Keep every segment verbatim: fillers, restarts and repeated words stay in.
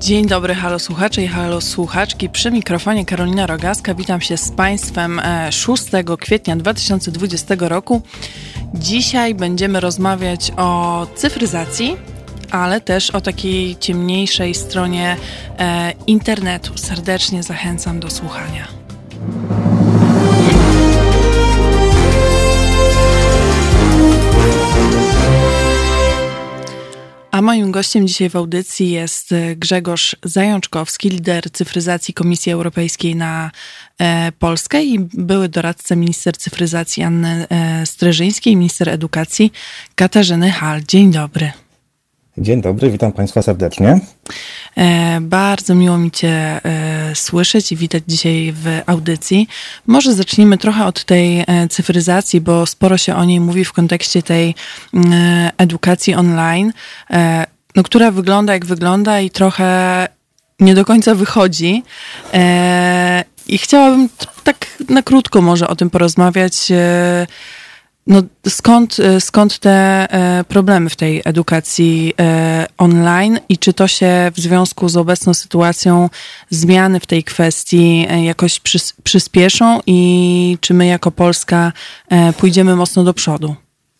Dzień dobry, halo słuchacze i halo słuchaczki. Przy mikrofonie Karolina Rogaska. Witam się z Państwem szóstego kwietnia dwa tysiące dwudziestego roku. Dzisiaj będziemy rozmawiać o cyfryzacji, ale też o takiej ciemniejszej stronie e, internetu. Serdecznie zachęcam do słuchania. A moim gościem dzisiaj w audycji jest Grzegorz Zajączkowski, lider cyfryzacji Komisji Europejskiej na e, Polskę i były doradca minister cyfryzacji Anny e, Streżyńskiej i minister edukacji Katarzyny Hall. Dzień dobry. Dzień dobry, witam Państwa serdecznie. E, bardzo miło mi Cię e, słyszeć i witać dzisiaj w audycji. Może zacznijmy trochę od tej e, cyfryzacji, bo sporo się o niej mówi w kontekście tej e, edukacji online, e, no, która wygląda jak wygląda i trochę nie do końca wychodzi. E, I chciałabym t- tak na krótko może o tym porozmawiać. E, No skąd, skąd te problemy w tej edukacji online i czy to się w związku z obecną sytuacją zmiany w tej kwestii jakoś przyspieszą i czy my jako Polska pójdziemy mocno do przodu?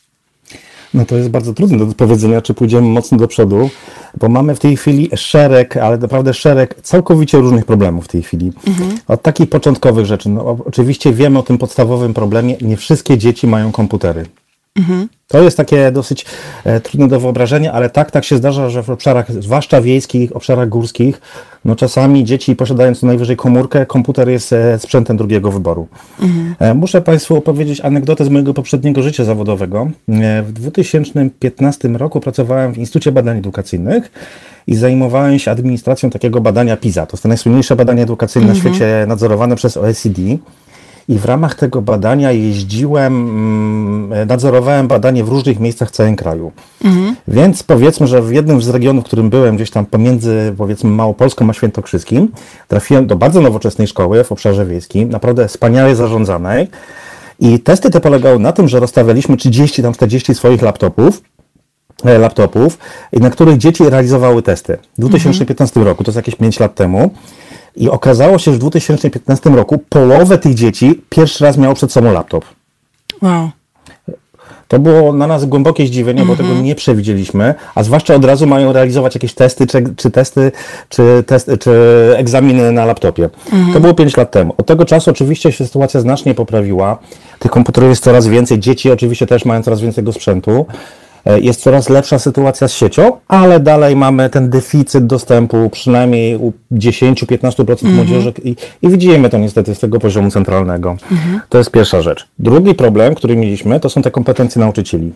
No to jest bardzo trudne do powiedzenia, czy pójdziemy mocno do przodu, bo mamy w tej chwili szereg, ale naprawdę szereg całkowicie różnych problemów w tej chwili. Mhm. Od takich początkowych rzeczy. No, oczywiście wiemy o tym podstawowym problemie, nie wszystkie dzieci mają komputery. Mhm. To jest takie dosyć e, trudne do wyobrażenia, ale tak, tak się zdarza, że w obszarach, zwłaszcza wiejskich, obszarach górskich, no czasami dzieci posiadając co najwyżej komórkę, komputer jest e, sprzętem drugiego wyboru. Mhm. E, muszę Państwu opowiedzieć anegdotę z mojego poprzedniego życia zawodowego. E, w dwa tysiące piętnastym roku pracowałem w Instytucie Badań Edukacyjnych i zajmowałem się administracją takiego badania PISA. To jest to najsłynniejsze badanie edukacyjne mhm. na świecie nadzorowane przez O E C D. I w ramach tego badania jeździłem, nadzorowałem badanie w różnych miejscach w całym kraju. Mhm. Więc powiedzmy, że w jednym z regionów, w którym byłem, gdzieś tam pomiędzy powiedzmy Małopolską a Świętokrzyskim, trafiłem do bardzo nowoczesnej szkoły w obszarze wiejskim, naprawdę wspaniale zarządzanej. I testy te polegały na tym, że rozstawialiśmy trzydzieści, tam czterdzieści swoich laptopów, laptopów, na których dzieci realizowały testy. W dwa tysiące piętnastym mhm. roku, to jest jakieś pięć lat temu. I okazało się, że w dwa tysiące piętnastym roku połowę tych dzieci pierwszy raz miało przed sobą laptop. Wow. To było na nas głębokie zdziwienie, mm-hmm. bo tego nie przewidzieliśmy, a zwłaszcza od razu mają realizować jakieś testy, czy, czy testy, czy, testy, czy egzaminy na laptopie. Mm-hmm. To było pięć lat temu. Od tego czasu oczywiście się sytuacja znacznie poprawiła. Tych komputerów jest coraz więcej, dzieci oczywiście też mają coraz więcej tego sprzętu. Jest coraz lepsza sytuacja z siecią, ale dalej mamy ten deficyt dostępu przynajmniej u dziesięć do piętnastu procent mm-hmm. młodzieży i, i widzimy to niestety z tego poziomu centralnego. Mm-hmm. To jest pierwsza rzecz. Drugi problem, który mieliśmy, to są te kompetencje nauczycieli.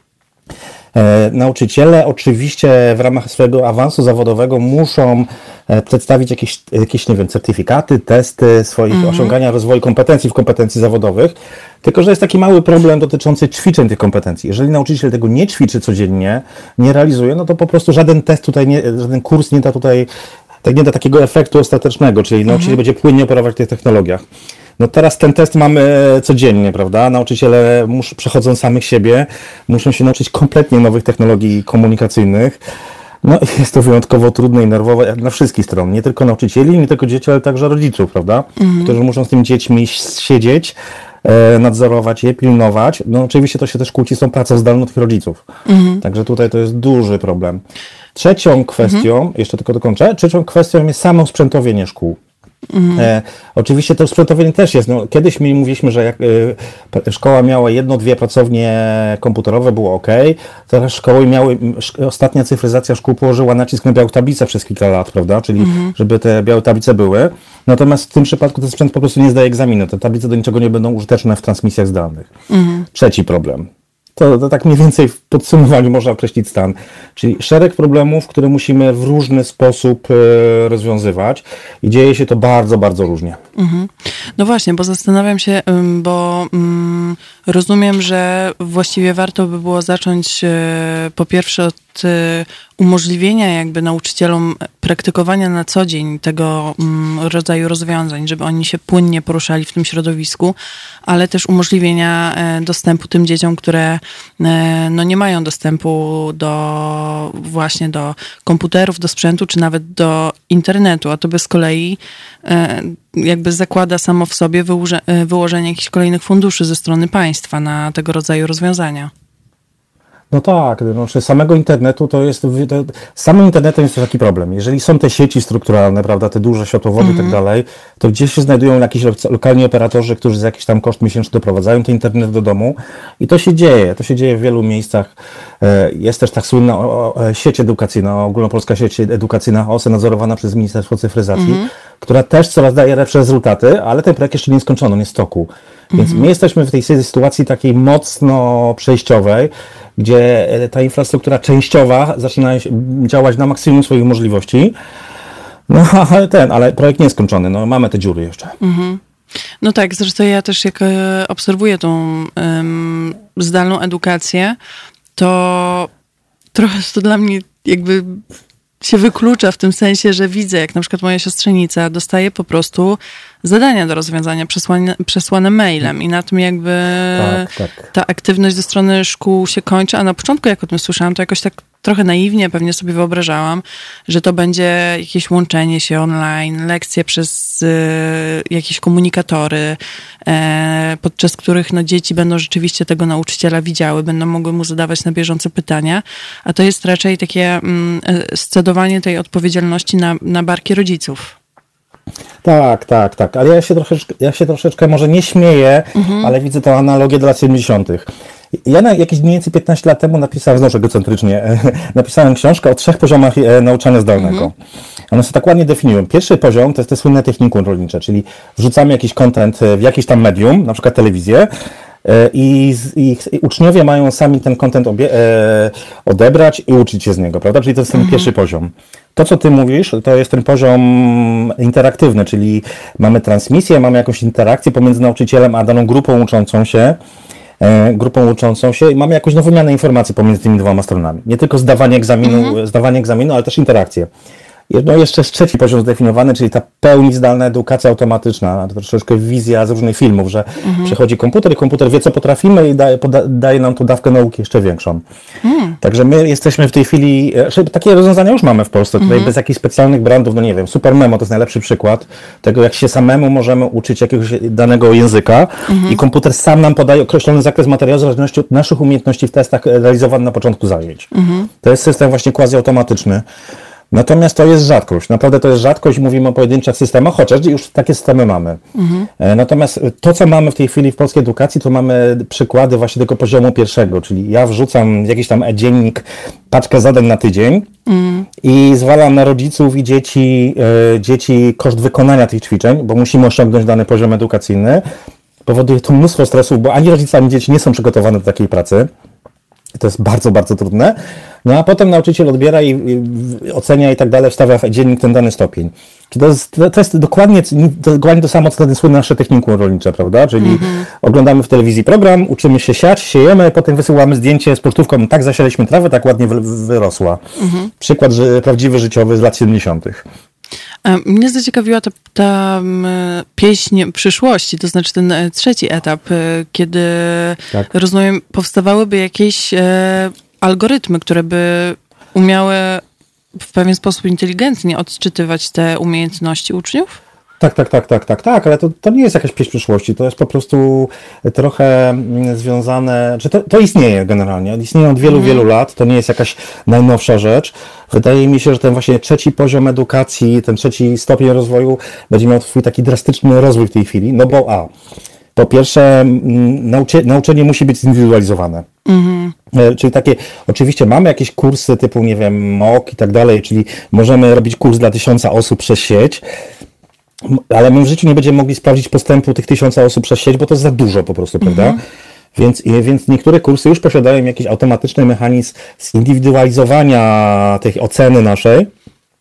E, nauczyciele oczywiście w ramach swojego awansu zawodowego muszą e, przedstawić jakieś, jakieś, nie wiem, certyfikaty, testy swoich mm-hmm. osiągania rozwoju kompetencji w kompetencji zawodowych, tylko że jest taki mały problem dotyczący ćwiczeń tych kompetencji. Jeżeli nauczyciel tego nie ćwiczy codziennie, nie realizuje, no to po prostu żaden test tutaj, nie, żaden kurs nie da tutaj, tak nie da takiego efektu ostatecznego, czyli nauczyciel mm-hmm. będzie płynnie operować w tych technologiach. No teraz ten test mamy codziennie, prawda? Nauczyciele muszą, przechodzą samych siebie, muszą się nauczyć kompletnie nowych technologii komunikacyjnych. No i jest to wyjątkowo trudne i nerwowe dla wszystkich stron. Nie tylko nauczycieli, nie tylko dzieci, ale także rodziców, prawda? Mhm. Którzy muszą z tymi dziećmi siedzieć, e, nadzorować je, pilnować. No oczywiście to się też kłóci z tą pracą zdalną tych rodziców. Mhm. Także tutaj to jest duży problem. Trzecią kwestią, mhm. jeszcze tylko dokończę, trzecią kwestią jest samo sprzętowienie szkół. Mhm. E, oczywiście to sprzętowienie też jest. No, kiedyś mi mówiliśmy, że jak e, szkoła miała jedno, dwie pracownie komputerowe, było ok. Teraz szkoły miały, sz, ostatnia cyfryzacja szkół położyła nacisk na białą tablicę przez kilka lat, prawda? Czyli mhm. żeby te białe tablice były. Natomiast w tym przypadku ten sprzęt po prostu nie zdaje egzaminu. Te tablice do niczego nie będą użyteczne w transmisjach zdalnych. Mhm. Trzeci problem. To, to tak mniej więcej w podsumowaniu można określić stan. Czyli szereg problemów, które musimy w różny sposób e, rozwiązywać i dzieje się to bardzo, bardzo różnie. Mhm. No właśnie, bo zastanawiam się, bo um, rozumiem, że właściwie warto by było zacząć e, po pierwsze od e, umożliwienia jakby nauczycielom praktykowania na co dzień tego um, rodzaju rozwiązań, żeby oni się płynnie poruszali w tym środowisku, ale też umożliwienia e, dostępu tym dzieciom, które e, no nie mają dostępu do właśnie do komputerów, do sprzętu, czy nawet do internetu, a to by z kolei e, jakby zakłada samo w sobie wyłoże, wyłożenie jakichś kolejnych funduszy ze strony państwa na tego rodzaju rozwiązania. No tak, no, czy samego internetu to jest, to, z samym internetem jest to taki problem. Jeżeli są te sieci strukturalne, prawda, te duże światłowody mm-hmm. i tak dalej, to gdzieś się znajdują jakiś lokalni operatorzy, którzy za jakiś tam koszt miesięczny doprowadzają ten internet do domu i to się dzieje, to się dzieje w wielu miejscach. Jest też tak słynna sieć edukacyjna, ogólnopolska sieć edukacyjna O S E nadzorowana przez Ministerstwo Cyfryzacji, mm-hmm. która też coraz daje lepsze rezultaty, ale ten projekt jeszcze nie skończono, on jest w toku. Więc mm-hmm. my jesteśmy w tej sytuacji takiej mocno przejściowej, gdzie ta infrastruktura częściowa zaczyna działać na maksimum swoich możliwości. No ale ten, ale projekt nie jest skończony, no mamy te dziury jeszcze. Mm-hmm. No tak, zresztą ja też jak obserwuję tą um, zdalną edukację, to trochę to dla mnie jakby się wyklucza w tym sensie, że widzę, jak na przykład moja siostrzenica dostaje po prostu zadania do rozwiązania przesłane, przesłane mailem i na tym jakby tak, tak. ta aktywność ze strony szkół się kończy, a na początku jak o tym słyszałam, to jakoś tak trochę naiwnie pewnie sobie wyobrażałam, że to będzie jakieś łączenie się online, lekcje przez y, jakieś komunikatory, e, podczas których no, dzieci będą rzeczywiście tego nauczyciela widziały, będą mogły mu zadawać na bieżąco pytania, a to jest raczej takie mm, scedowanie tej odpowiedzialności na, na barki rodziców. Tak, tak, tak, ale ja się troszeczkę, ja się troszeczkę może nie śmieję, mhm. ale widzę tę analogię do lat siedemdziesiątych. Ja na jakieś mniej więcej piętnaście lat temu napisałem, znowu egocentrycznie, napisałem książkę o trzech poziomach nauczania zdalnego. Mhm. One się tak ładnie definiują. Pierwszy poziom to jest te słynne technikum rolnicze, czyli wrzucamy jakiś content w jakieś tam medium, na przykład telewizję, I, i, i uczniowie mają sami ten content obie, e, odebrać i uczyć się z niego, prawda? Czyli to jest ten mhm. pierwszy poziom. To, co ty mówisz, to jest ten poziom interaktywny, czyli mamy transmisję, mamy jakąś interakcję pomiędzy nauczycielem a daną grupą uczącą się, e, grupą uczącą się i mamy jakąś nową wymianę informacji pomiędzy tymi dwoma stronami. Nie tylko zdawanie egzaminu, mhm. zdawanie egzaminu, ale też interakcje. No jeszcze jest trzeci poziom zdefiniowany, czyli ta pełni zdalna edukacja automatyczna, to troszeczkę wizja z różnych filmów, że mhm. przychodzi komputer i komputer wie, co potrafimy i daje, poda, daje nam tu dawkę nauki jeszcze większą. Mhm. Także my jesteśmy w tej chwili, takie rozwiązania już mamy w Polsce, tutaj mhm. bez jakichś specjalnych brandów, no nie wiem, Supermemo to jest najlepszy przykład tego, jak się samemu możemy uczyć jakiegoś danego języka mhm. i komputer sam nam podaje określony zakres materiału w zależności od naszych umiejętności w testach realizowany na początku zajęć. Mhm. To jest system właśnie quasi-automatyczny. Natomiast to jest rzadkość. Naprawdę to jest rzadkość. Mówimy o pojedynczych systemach, chociaż już takie systemy mamy. Mhm. Natomiast to, co mamy w tej chwili w polskiej edukacji, to mamy przykłady właśnie tego poziomu pierwszego, czyli ja wrzucam jakiś tam e-dziennik, paczkę zadań na tydzień mhm. i zwalam na rodziców i dzieci, e, dzieci koszt wykonania tych ćwiczeń, bo musimy osiągnąć dany poziom edukacyjny. Powoduje to mnóstwo stresu, bo ani rodzice, ani dzieci nie są przygotowane do takiej pracy. To jest bardzo, bardzo trudne. No a potem nauczyciel odbiera i, i ocenia i tak dalej, wstawia w dziennik ten dany stopień. To jest, to jest dokładnie, dokładnie to samo, co ten słynne nasze technikum rolnicze, prawda? Czyli mm-hmm. oglądamy w telewizji program, uczymy się siać, siejemy, potem wysyłamy zdjęcie z pocztówką, tak zasialiśmy trawę, tak ładnie wyrosła. Mm-hmm. Przykład że, prawdziwy, życiowy z lat siedemdziesiątych. Mnie zaciekawiła ta, ta pieśń przyszłości, to znaczy ten trzeci etap, kiedy tak. rozumiem, powstawałyby jakieś e, algorytmy, które by umiały w pewien sposób inteligentnie odczytywać te umiejętności uczniów? Tak, tak, tak, tak, tak, tak, ale to, to nie jest jakaś pieśń przyszłości, to jest po prostu trochę związane, czy to, to istnieje generalnie, istnieje od wielu, mm. wielu lat, to nie jest jakaś najnowsza rzecz. Wydaje mi się, że ten właśnie trzeci poziom edukacji, ten trzeci stopień rozwoju będzie miał swój taki drastyczny rozwój w tej chwili, no bo a, po pierwsze naucze, nauczenie musi być zindywidualizowane. Mm. Czyli takie, oczywiście mamy jakieś kursy typu, nie wiem, M O K i tak dalej, czyli możemy robić kurs dla tysiąca osób przez sieć, ale my w życiu nie będziemy mogli sprawdzić postępu tych tysiąca osób przez sieć, bo to jest za dużo po prostu, mm-hmm. prawda? Więc, więc niektóre kursy już posiadają jakiś automatyczny mechanizm zindywidualizowania tej oceny naszej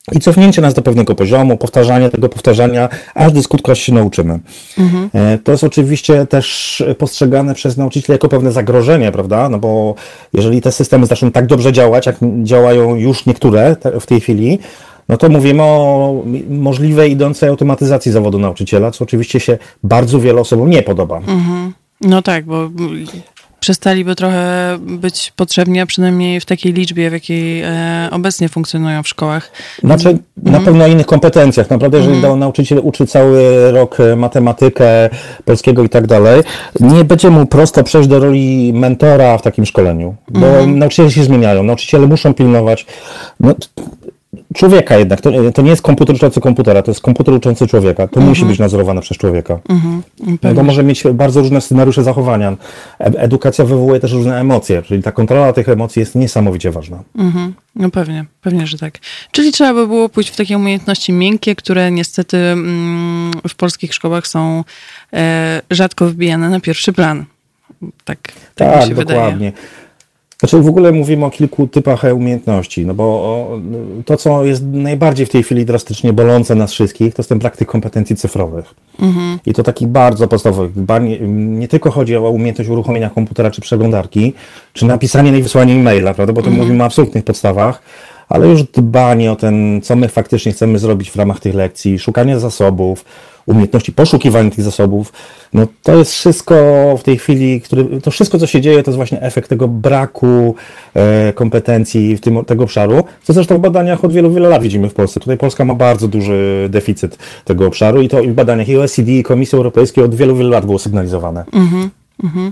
i cofnięcie nas do pewnego poziomu, powtarzanie tego powtarzania, aż do skutkości się nauczymy. Mhm. To jest oczywiście też postrzegane przez nauczycieli jako pewne zagrożenie, prawda? No bo jeżeli te systemy zaczną tak dobrze działać, jak działają już niektóre w tej chwili, no to mówimy o możliwej idącej automatyzacji zawodu nauczyciela, co oczywiście się bardzo wielu osobom nie podoba. Mhm. No tak, bo przestaliby trochę być potrzebni, a przynajmniej w takiej liczbie, w jakiej e, obecnie funkcjonują w szkołach. Znaczy mm. na pewno o innych kompetencjach. Naprawdę, jeżeli mm. nauczyciel uczy cały rok matematykę, polskiego i tak dalej, nie będzie mu prosto przejść do roli mentora w takim szkoleniu, bo mm. nauczyciele się zmieniają, nauczyciele muszą pilnować no, człowieka jednak. To, to nie jest komputer uczący komputera, to jest komputer uczący człowieka. To mm-hmm. musi być nadzorowane przez człowieka. Mm-hmm. No to może mieć bardzo różne scenariusze zachowania. Edukacja wywołuje też różne emocje, czyli ta kontrola tych emocji jest niesamowicie ważna. Mm-hmm. No pewnie, pewnie, że tak. Czyli trzeba by było pójść w takie umiejętności miękkie, które niestety mm, w polskich szkołach są e, rzadko wbijane na pierwszy plan. Tak, tak, tak mi się dokładnie. wydaje. Znaczy w ogóle mówimy o kilku typach umiejętności, no bo o, to, co jest najbardziej w tej chwili drastycznie bolące nas wszystkich, to jest ten brak tych kompetencji cyfrowych. Mhm. I to takich bardzo podstawowych. Nie, nie tylko chodzi o umiejętność uruchomienia komputera czy przeglądarki, czy napisanie i wysłanie e-maila, prawda, bo to mhm. mówimy o absolutnych podstawach, ale już dbanie o ten, co my faktycznie chcemy zrobić w ramach tych lekcji, szukanie zasobów, umiejętności poszukiwania tych zasobów, no to jest wszystko w tej chwili, który, to wszystko, co się dzieje, to jest właśnie efekt tego braku e, kompetencji w tym, tego obszaru, co zresztą w badaniach od wielu, wielu lat widzimy w Polsce. Tutaj Polska ma bardzo duży deficyt tego obszaru i to i w badaniach i O E C D, i Komisji Europejskiej od wielu, wielu lat było sygnalizowane. Mm-hmm, mm-hmm.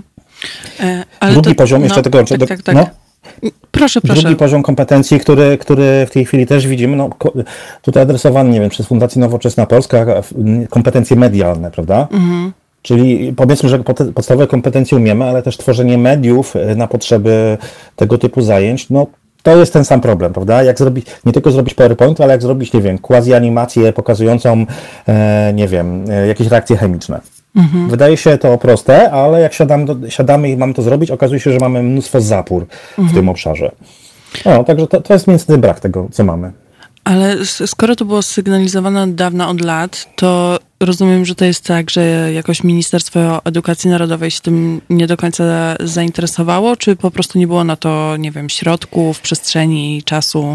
E, ale Drugi to, poziom, no, jeszcze tego... Tak, do, tak, tak. No? Proszę, proszę. Drugi poziom kompetencji, który, który w tej chwili też widzimy, no tutaj adresowany, nie wiem, przez Fundację Nowoczesna Polska, kompetencje medialne, prawda? Mhm. Czyli powiedzmy, że podstawowe kompetencje umiemy, ale też tworzenie mediów na potrzeby tego typu zajęć, no to jest ten sam problem, prawda? Jak zrobić, nie tylko zrobić PowerPoint, ale jak zrobić, nie wiem, quasi-animację pokazującą, e, nie wiem, e, jakieś reakcje chemiczne. Mhm. Wydaje się to proste, ale jak siadamy, do, siadamy i mamy to zrobić, okazuje się, że mamy mnóstwo zapór mhm. w tym obszarze. No, także to, to jest niestety brak tego, co mamy. Ale skoro to było sygnalizowane od dawna, od lat, to rozumiem, że to jest tak, że jakoś Ministerstwo Edukacji Narodowej się tym nie do końca zainteresowało, czy po prostu nie było na to, nie wiem, środków, przestrzeni, czasu?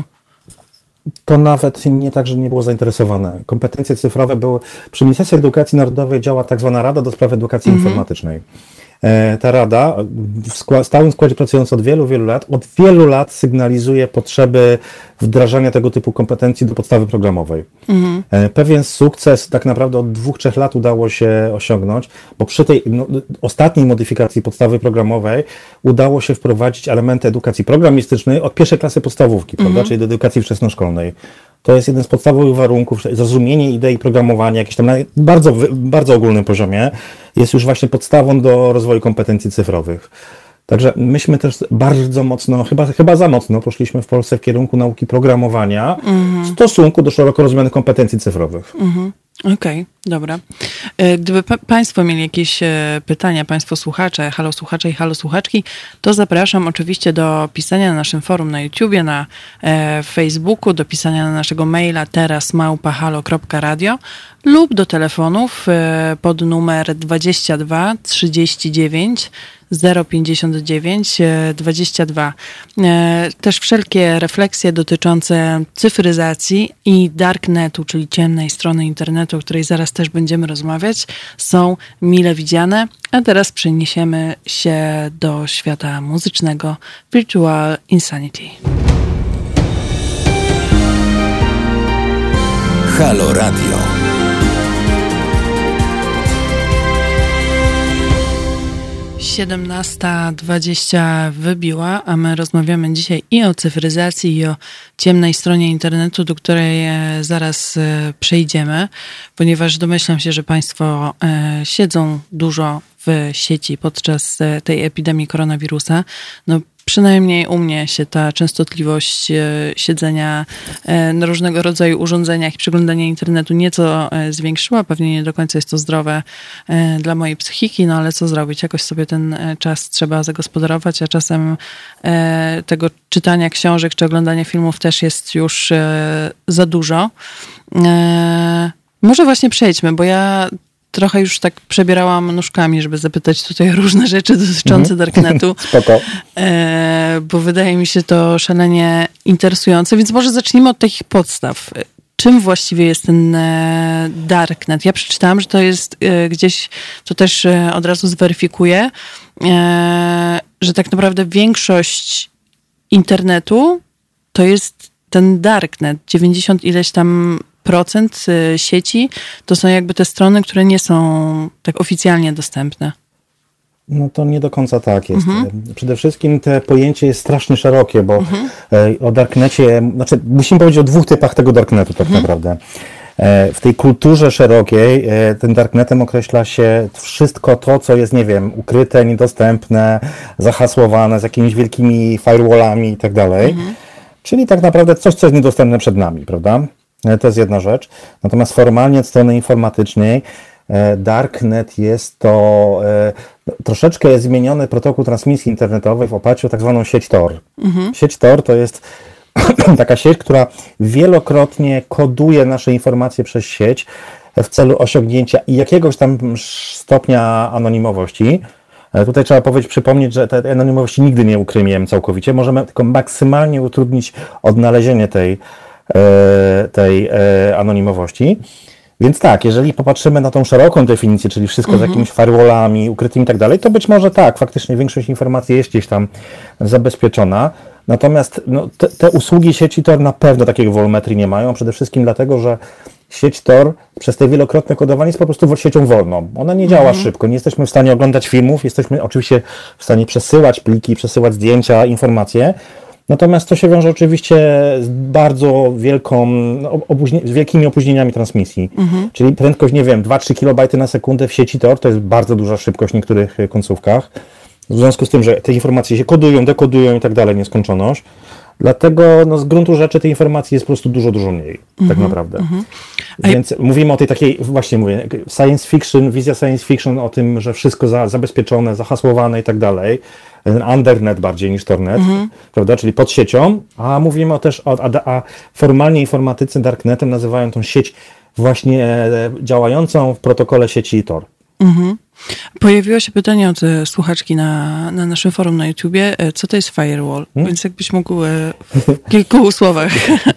To nawet nie tak, że nie było zainteresowane. Kompetencje cyfrowe były... Przy Ministerstwie Edukacji Narodowej działa tak zwana Rada do Spraw Edukacji mhm. Informatycznej. Ta rada, w stałym składzie pracując od wielu, wielu lat, od wielu lat sygnalizuje potrzeby wdrażania tego typu kompetencji do podstawy programowej. Mhm. Pewien sukces tak naprawdę od dwóch, trzech lat udało się osiągnąć, bo przy tej no, ostatniej modyfikacji podstawy programowej udało się wprowadzić elementy edukacji programistycznej od pierwszej klasy podstawówki, mhm. prawda, czyli do edukacji wczesnoszkolnej. To jest jeden z podstawowych warunków, zrozumienie idei programowania, jakieś tam na bardzo, bardzo ogólnym poziomie, jest już właśnie podstawą do rozwoju kompetencji cyfrowych. Także myśmy też bardzo mocno, chyba, chyba za mocno poszliśmy w Polsce w kierunku nauki programowania mm-hmm. w stosunku do szeroko rozumianych kompetencji cyfrowych. Mm-hmm. Okej, okay, dobra. Gdyby pa- Państwo mieli jakieś pytania, Państwo słuchacze, halo słuchacze i halo słuchaczki, to zapraszam oczywiście do pisania na naszym forum na YouTubie, na e, Facebooku, do pisania na naszego maila teraz małpa halo kropka radio lub do telefonów e, pod numer dwadzieścia dwa trzydzieści dziewięć zero pięćdziesiąt dziewięć dwadzieścia dwa. Też wszelkie refleksje dotyczące cyfryzacji i darknetu, czyli ciemnej strony internetu, o której zaraz też będziemy rozmawiać, są mile widziane. A teraz przeniesiemy się do świata muzycznego Virtual Insanity. Halo Radio. siedemnasta dwadzieścia wybiła, a my rozmawiamy dzisiaj i o cyfryzacji, i o ciemnej stronie internetu, do której zaraz przejdziemy, ponieważ domyślam się, że Państwo siedzą dużo w sieci podczas tej epidemii koronawirusa. No, przynajmniej u mnie się ta częstotliwość siedzenia na różnego rodzaju urządzeniach i przeglądania internetu nieco zwiększyła. Pewnie nie do końca jest to zdrowe dla mojej psychiki, no ale co zrobić? Jakoś sobie ten czas trzeba zagospodarować, a czasem tego czytania książek czy oglądania filmów też jest już za dużo. Może właśnie przejdźmy, bo ja trochę już tak przebierałam nóżkami, żeby zapytać tutaj o różne rzeczy dotyczące mm. Darknetu. Spoko. E, bo wydaje mi się to szalenie interesujące, więc może zacznijmy od takich podstaw. Czym właściwie jest ten e, Darknet? Ja przeczytałam, że to jest e, gdzieś, to też e, od razu zweryfikuję, e, że tak naprawdę większość internetu to jest ten Darknet. dziewięćdziesiąt ileś tam procent sieci to są jakby te strony, które nie są tak oficjalnie dostępne. No to nie do końca tak jest. Mhm. Przede wszystkim to pojęcie jest strasznie szerokie, bo mhm. o Darknecie, znaczy musimy powiedzieć o dwóch typach tego Darknetu tak mhm. naprawdę. W tej kulturze szerokiej tym Darknetem określa się wszystko to, co jest, nie wiem, ukryte, niedostępne, zahasłowane z jakimiś wielkimi firewallami i tak dalej. Mhm. Czyli tak naprawdę coś, co jest niedostępne przed nami, prawda? To jest jedna rzecz. Natomiast formalnie od strony informatycznej Darknet jest to troszeczkę jest zmieniony protokół transmisji internetowej w oparciu o tak zwaną sieć Tor. Mhm. Sieć Tor to jest taka sieć, która wielokrotnie koduje nasze informacje przez sieć w celu osiągnięcia jakiegoś tam stopnia anonimowości. Tutaj trzeba powiedzieć, przypomnieć, że tej anonimowości nigdy nie ukryjemy całkowicie. Możemy tylko maksymalnie utrudnić odnalezienie tej tej anonimowości. Więc tak, jeżeli popatrzymy na tą szeroką definicję, czyli wszystko mm-hmm. z jakimiś firewallami, ukrytymi i tak dalej, to być może tak, faktycznie większość informacji jest gdzieś tam zabezpieczona. Natomiast no, te, te usługi sieci Tor na pewno takiego wolumetrii nie mają, przede wszystkim dlatego, że sieć Tor przez te wielokrotne kodowanie jest po prostu siecią wolną. Ona nie działa mm-hmm. szybko, nie jesteśmy w stanie oglądać filmów, jesteśmy oczywiście w stanie przesyłać pliki, przesyłać zdjęcia, informacje. Natomiast to się wiąże oczywiście z bardzo wielką, opóźni- z wielkimi opóźnieniami transmisji. Mhm. Czyli prędkość, nie wiem, dwa trzy kilobajty na sekundę w sieci Tor to jest bardzo duża szybkość w niektórych końcówkach. W związku z tym, że te informacje się kodują, dekodują i tak dalej, nieskończoność. Dlatego no, z gruntu rzeczy tej informacji jest po prostu dużo, dużo mniej, mm-hmm, tak naprawdę. Mm-hmm. Więc I... mówimy o tej takiej, właśnie mówię, science fiction, wizja science fiction o tym, że wszystko za, zabezpieczone, zahasłowane i tak dalej. Undernet bardziej niż Tornet, mm-hmm. prawda, czyli pod siecią, a mówimy o też, o, a, a formalnie informatycy Darknetem nazywają tą sieć właśnie działającą w protokole sieci Tor. Mm-hmm. Pojawiło się pytanie od słuchaczki na, na naszym forum na YouTubie, co to jest firewall? Hmm? Więc jakbyś mógł w kilku słowach.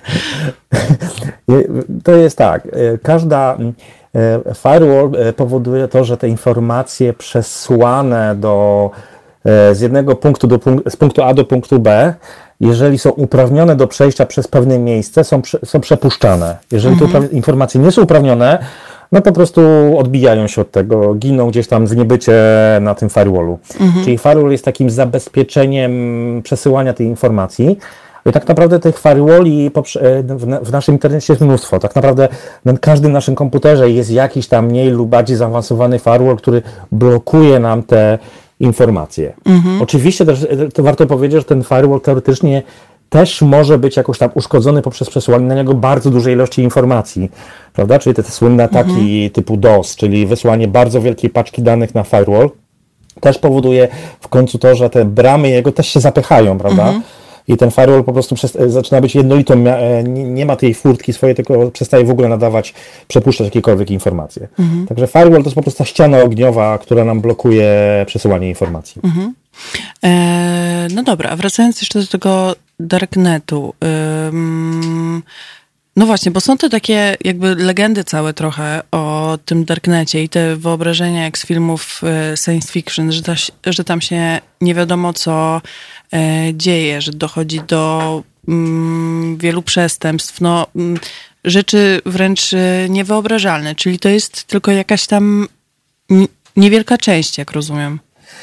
To jest tak, każda firewall powoduje to, że te informacje przesłane do, z jednego punktu, do, z punktu A do punktu B, jeżeli są uprawnione do przejścia przez pewne miejsce, są, są przepuszczane. Jeżeli mhm. te informacje nie są uprawnione, no po prostu odbijają się od tego, giną gdzieś tam w niebycie na tym firewallu. Mhm. Czyli firewall jest takim zabezpieczeniem przesyłania tej informacji. I tak naprawdę tych firewalli w naszym internecie jest mnóstwo. Tak naprawdę na każdym naszym komputerze jest jakiś tam mniej lub bardziej zaawansowany firewall, który blokuje nam te informacje. Mhm. Oczywiście też to warto powiedzieć, że ten firewall teoretycznie też może być jakoś tam uszkodzony poprzez przesyłanie na niego bardzo dużej ilości informacji, prawda? Czyli te, te słynne ataki mhm. typu DOS, czyli wysłanie bardzo wielkiej paczki danych na firewall, też powoduje w końcu to, że te bramy jego też się zapychają, prawda? Mhm. I ten firewall po prostu przez, zaczyna być jednolitą, nie, nie ma tej furtki swojej, tylko przestaje w ogóle nadawać, przepuszczać jakiekolwiek informacje. Mhm. Także firewall to jest po prostu ta ściana ogniowa, która nam blokuje przesyłanie informacji. Mhm. E, no dobra, a wracając jeszcze do tego Darknetu. Ym, no właśnie, bo są te takie jakby legendy całe trochę o tym Darknecie i te wyobrażenia jak z filmów science fiction, że, ta, że tam się nie wiadomo co e, dzieje, że dochodzi do mm, wielu przestępstw, no mm, rzeczy wręcz niewyobrażalne, czyli to jest tylko jakaś tam niewielka część, jak rozumiem.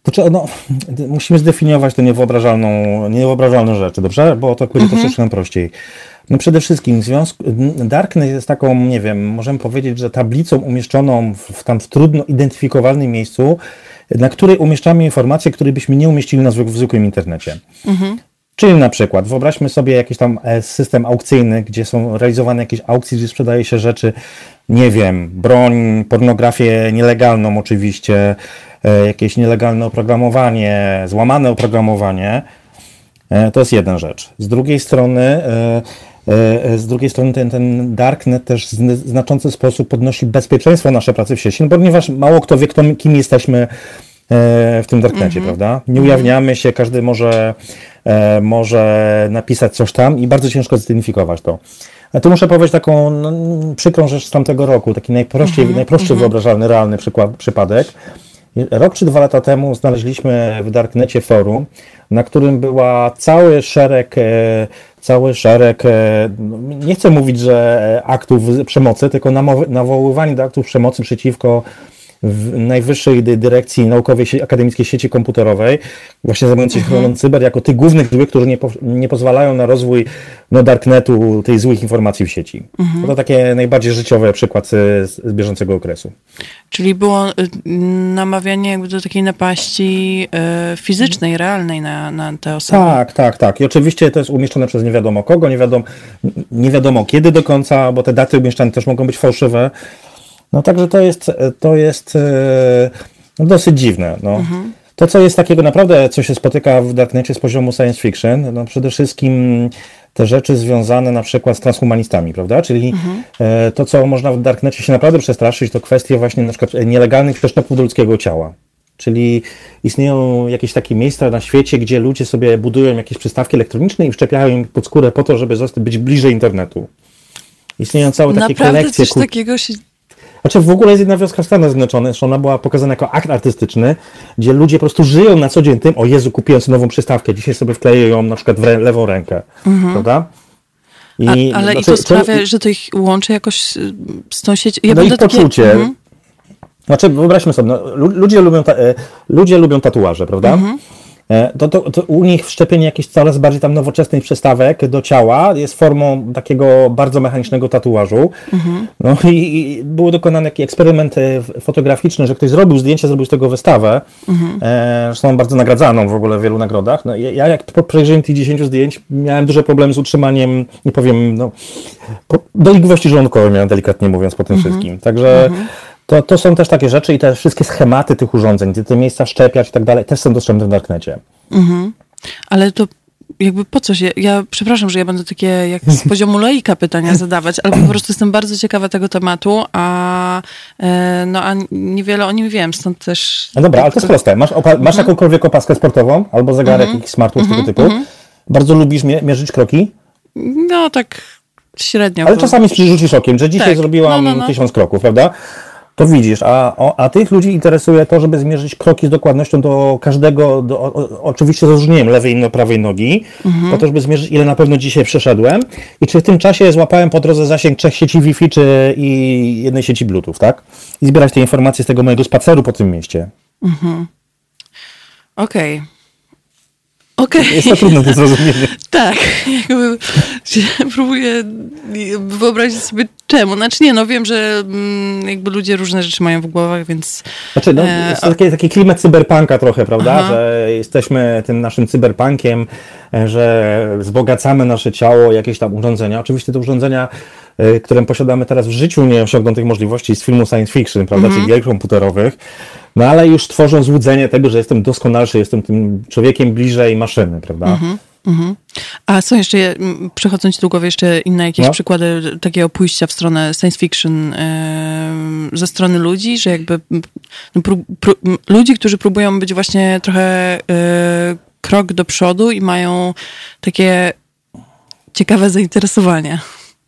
To czy, no, musimy zdefiniować tę niewyobrażalną, niewyobrażalne rzeczy, dobrze? Bo to będzie mhm. troszeczkę nam prościej. No przede wszystkim związku, Darknet jest taką, nie wiem, możemy powiedzieć, że tablicą umieszczoną w, w tam w trudno identyfikowalnym miejscu, na której umieszczamy informacje, które byśmy nie umieścili na zwyk, w zwykłym internecie. Mhm. Czyli na przykład wyobraźmy sobie jakiś tam system aukcyjny, gdzie są realizowane jakieś aukcje, gdzie sprzedaje się rzeczy, nie wiem, broń, pornografię nielegalną oczywiście, jakieś nielegalne oprogramowanie, złamane oprogramowanie. To jest jedna rzecz. Z drugiej strony, z drugiej strony ten, ten Darknet też w znaczący sposób podnosi bezpieczeństwo naszej pracy w sieci, no ponieważ mało kto wie, kto, kim jesteśmy w tym Darknecie, mm-hmm. prawda? Nie ujawniamy się, każdy może, może napisać coś tam i bardzo ciężko zidentyfikować to. A tu muszę powiedzieć taką no, przykrą rzecz z tamtego roku, taki najprościej, mm-hmm. najprostszy mm-hmm. wyobrażalny, realny przykład, przypadek. Rok czy dwa lata temu znaleźliśmy w Darknecie forum, na którym była cały szereg, cały szereg, nie chcę mówić, że aktów przemocy, tylko nawoływanie do aktów przemocy przeciwko w najwyższej dyrekcji naukowej akademickiej sieci komputerowej, właśnie zajmującej się ochroną cyber, jako tych głównych złych, którzy nie, po, nie pozwalają na rozwój no, Darknetu, tej złych informacji w sieci. Mhm. To takie najbardziej życiowy przykład z, z bieżącego okresu. Czyli było namawianie jakby do takiej napaści y, fizycznej, realnej na, na te osoby. Tak, tak, tak. I oczywiście to jest umieszczone przez nie wiadomo kogo, nie wiadomo, nie wiadomo kiedy do końca, bo te daty umieszczane też mogą być fałszywe. No także to jest, to jest no, dosyć dziwne. No. Mhm. To, co jest takiego naprawdę, co się spotyka w Darknecie z poziomu science fiction, no przede wszystkim te rzeczy związane na przykład z transhumanistami, prawda? Czyli mhm. to, co można w Darknecie się naprawdę przestraszyć, to kwestie właśnie na przykład nielegalnych przeszczepów do ludzkiego ciała. Czyli istnieją jakieś takie miejsca na świecie, gdzie ludzie sobie budują jakieś przystawki elektroniczne i wszczepiają im pod skórę po to, żeby zostać, być bliżej internetu. Istnieją całe takie naprawdę kolekcje... Coś ku... takiego się... Znaczy w ogóle jest jedna wioska w Stanach Zjednoczonych, że ona była pokazana jako akt artystyczny, gdzie ludzie po prostu żyją na co dzień tym, o Jezu, kupiłem sobie nową przystawkę, dzisiaj sobie wkleję ją na przykład w re- lewą rękę, mhm. prawda? I, A, ale znaczy, i to sprawia, to, że to ich łączy jakoś z tą siecią? Ja no i poczucie. Takie... Mhm. Znaczy wyobraźmy sobie, no, ludzie, lubią ta, ludzie lubią tatuaże, prawda? Mhm. To, to, to u nich wszczepienie jakichś coraz bardziej tam nowoczesnych przystawek do ciała jest formą takiego bardzo mechanicznego tatuażu. Mhm. No i, i był dokonany taki eksperyment fotograficzny, że ktoś zrobił zdjęcie, zrobił z tego wystawę. Mhm. E, zresztą bardzo nagradzaną w ogóle w wielu nagrodach. No, ja jak po przejrzeniu tych dziesięciu zdjęć miałem duże problemy z utrzymaniem, nie powiem, no, po, dolegliwości żołądkowej miałem, delikatnie mówiąc, po tym mhm. wszystkim. Także mhm. To, to są też takie rzeczy i te wszystkie schematy tych urządzeń, gdzie te miejsca szczepiać i tak dalej, też są dostępne w Darknecie. Mhm. Ale to jakby po coś? Ja, ja przepraszam, że ja będę takie jak z poziomu laika pytania zadawać, ale po prostu jestem bardzo ciekawa tego tematu, a e, no a niewiele o nim wiem, stąd też... No dobra, ale to jest proste. Masz, opa- masz mhm. jakąkolwiek opaskę sportową albo zegarek, mhm. jakiś smartwatch mhm. tego typu. Mhm. Bardzo lubisz mie- mierzyć kroki? No tak średnio. Ale bo... czasami przyrzucisz okiem, że dzisiaj tak. zrobiłam no, no, no. tysiąc kroków, prawda? To widzisz, a, a tych ludzi interesuje to, żeby zmierzyć kroki z dokładnością do każdego, do, o, oczywiście z rozróżnieniem lewej i prawej nogi, mhm. po to, żeby zmierzyć, ile na pewno dzisiaj przeszedłem i czy w tym czasie złapałem po drodze zasięg trzech sieci Wi-Fi czy i jednej sieci Bluetooth, tak? I zbierać te informacje z tego mojego spaceru po tym mieście. Mhm. Okej. Okay. Okay. Jest to trudne do zrozumienia. Tak, jakby próbuję wyobrazić sobie czemu. Znaczy nie, no wiem, że jakby ludzie różne rzeczy mają w głowach, więc... Znaczy, no, jest to taki, taki klimat cyberpunka trochę, prawda? Aha. Że jesteśmy tym naszym cyberpunkiem, że wzbogacamy nasze ciało, jakieś tam urządzenia. Oczywiście te urządzenia, które posiadamy teraz w życiu, nie osiągną tych możliwości z filmu science fiction, prawda? Mhm. Czy gier komputerowych. No ale już tworzą złudzenie tego, że jestem doskonalszy, jestem tym człowiekiem bliżej maszyny, prawda? Mhm, mhm. A są jeszcze, przechodząc do głowy, jeszcze inne jakieś no. przykłady takiego pójścia w stronę science fiction yy, ze strony ludzi, że jakby no, pró, pró, ludzi, którzy próbują być właśnie trochę yy, krok do przodu i mają takie ciekawe zainteresowania.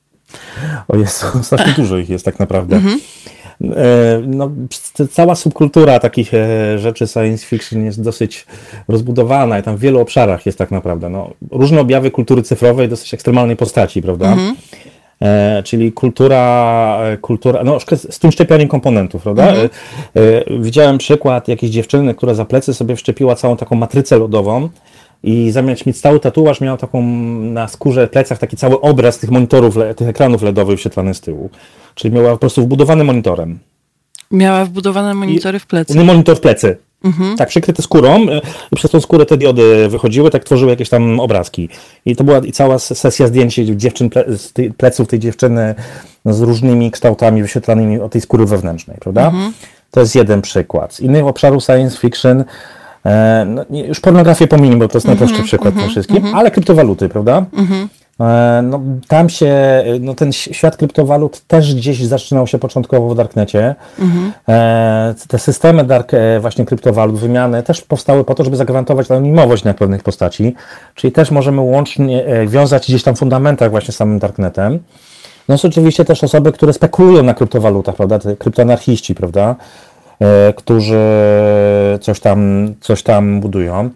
O Jezu, strasznie dużo ich jest tak naprawdę. Mhm. No, cała subkultura takich rzeczy science fiction jest dosyć rozbudowana i tam w wielu obszarach jest tak naprawdę. No, różne objawy kultury cyfrowej dosyć ekstremalnej postaci, prawda? Mm-hmm. E, czyli kultura, kultura, no z tym szczepianiem komponentów, prawda? Mhm. E, e, widziałem przykład jakiejś dziewczyny, która za plecy sobie wszczepiła całą taką matrycę lodową i zamiast mieć cały tatuaż, miała taką na skórze, plecach taki cały obraz tych monitorów, tych ekranów L E D owych wyświetlany z tyłu. Czyli miała po prostu wbudowany monitorem. Miała wbudowane monitory w plecy. Nie, monitor w plecy. Mhm. Tak, przykryty skórą i przez tą skórę te diody wychodziły, tak tworzyły jakieś tam obrazki. I to była i cała sesja zdjęć dziewczyn, z pleców tej dziewczyny no, z różnymi kształtami wyświetlanymi od tej skóry wewnętrznej, prawda? Mhm. To jest jeden przykład. Z innych obszarów science fiction, e, no, już pornografię pominę, bo to jest najprostszy mhm. przykład mhm. na wszystkim, mhm. ale kryptowaluty, prawda? Mhm. No, tam się, no ten świat kryptowalut też gdzieś zaczynał się początkowo w darknecie. Mhm. Te systemy dark, właśnie kryptowalut, wymiany też powstały po to, żeby zagwarantować anonimowość na pewnych postaci, czyli też możemy łącznie wiązać gdzieś tam w fundamentach właśnie z samym darknetem. No są oczywiście też osoby, które spekulują na kryptowalutach, prawda, te kryptoanarchiści, prawda, którzy coś tam, coś tam budują.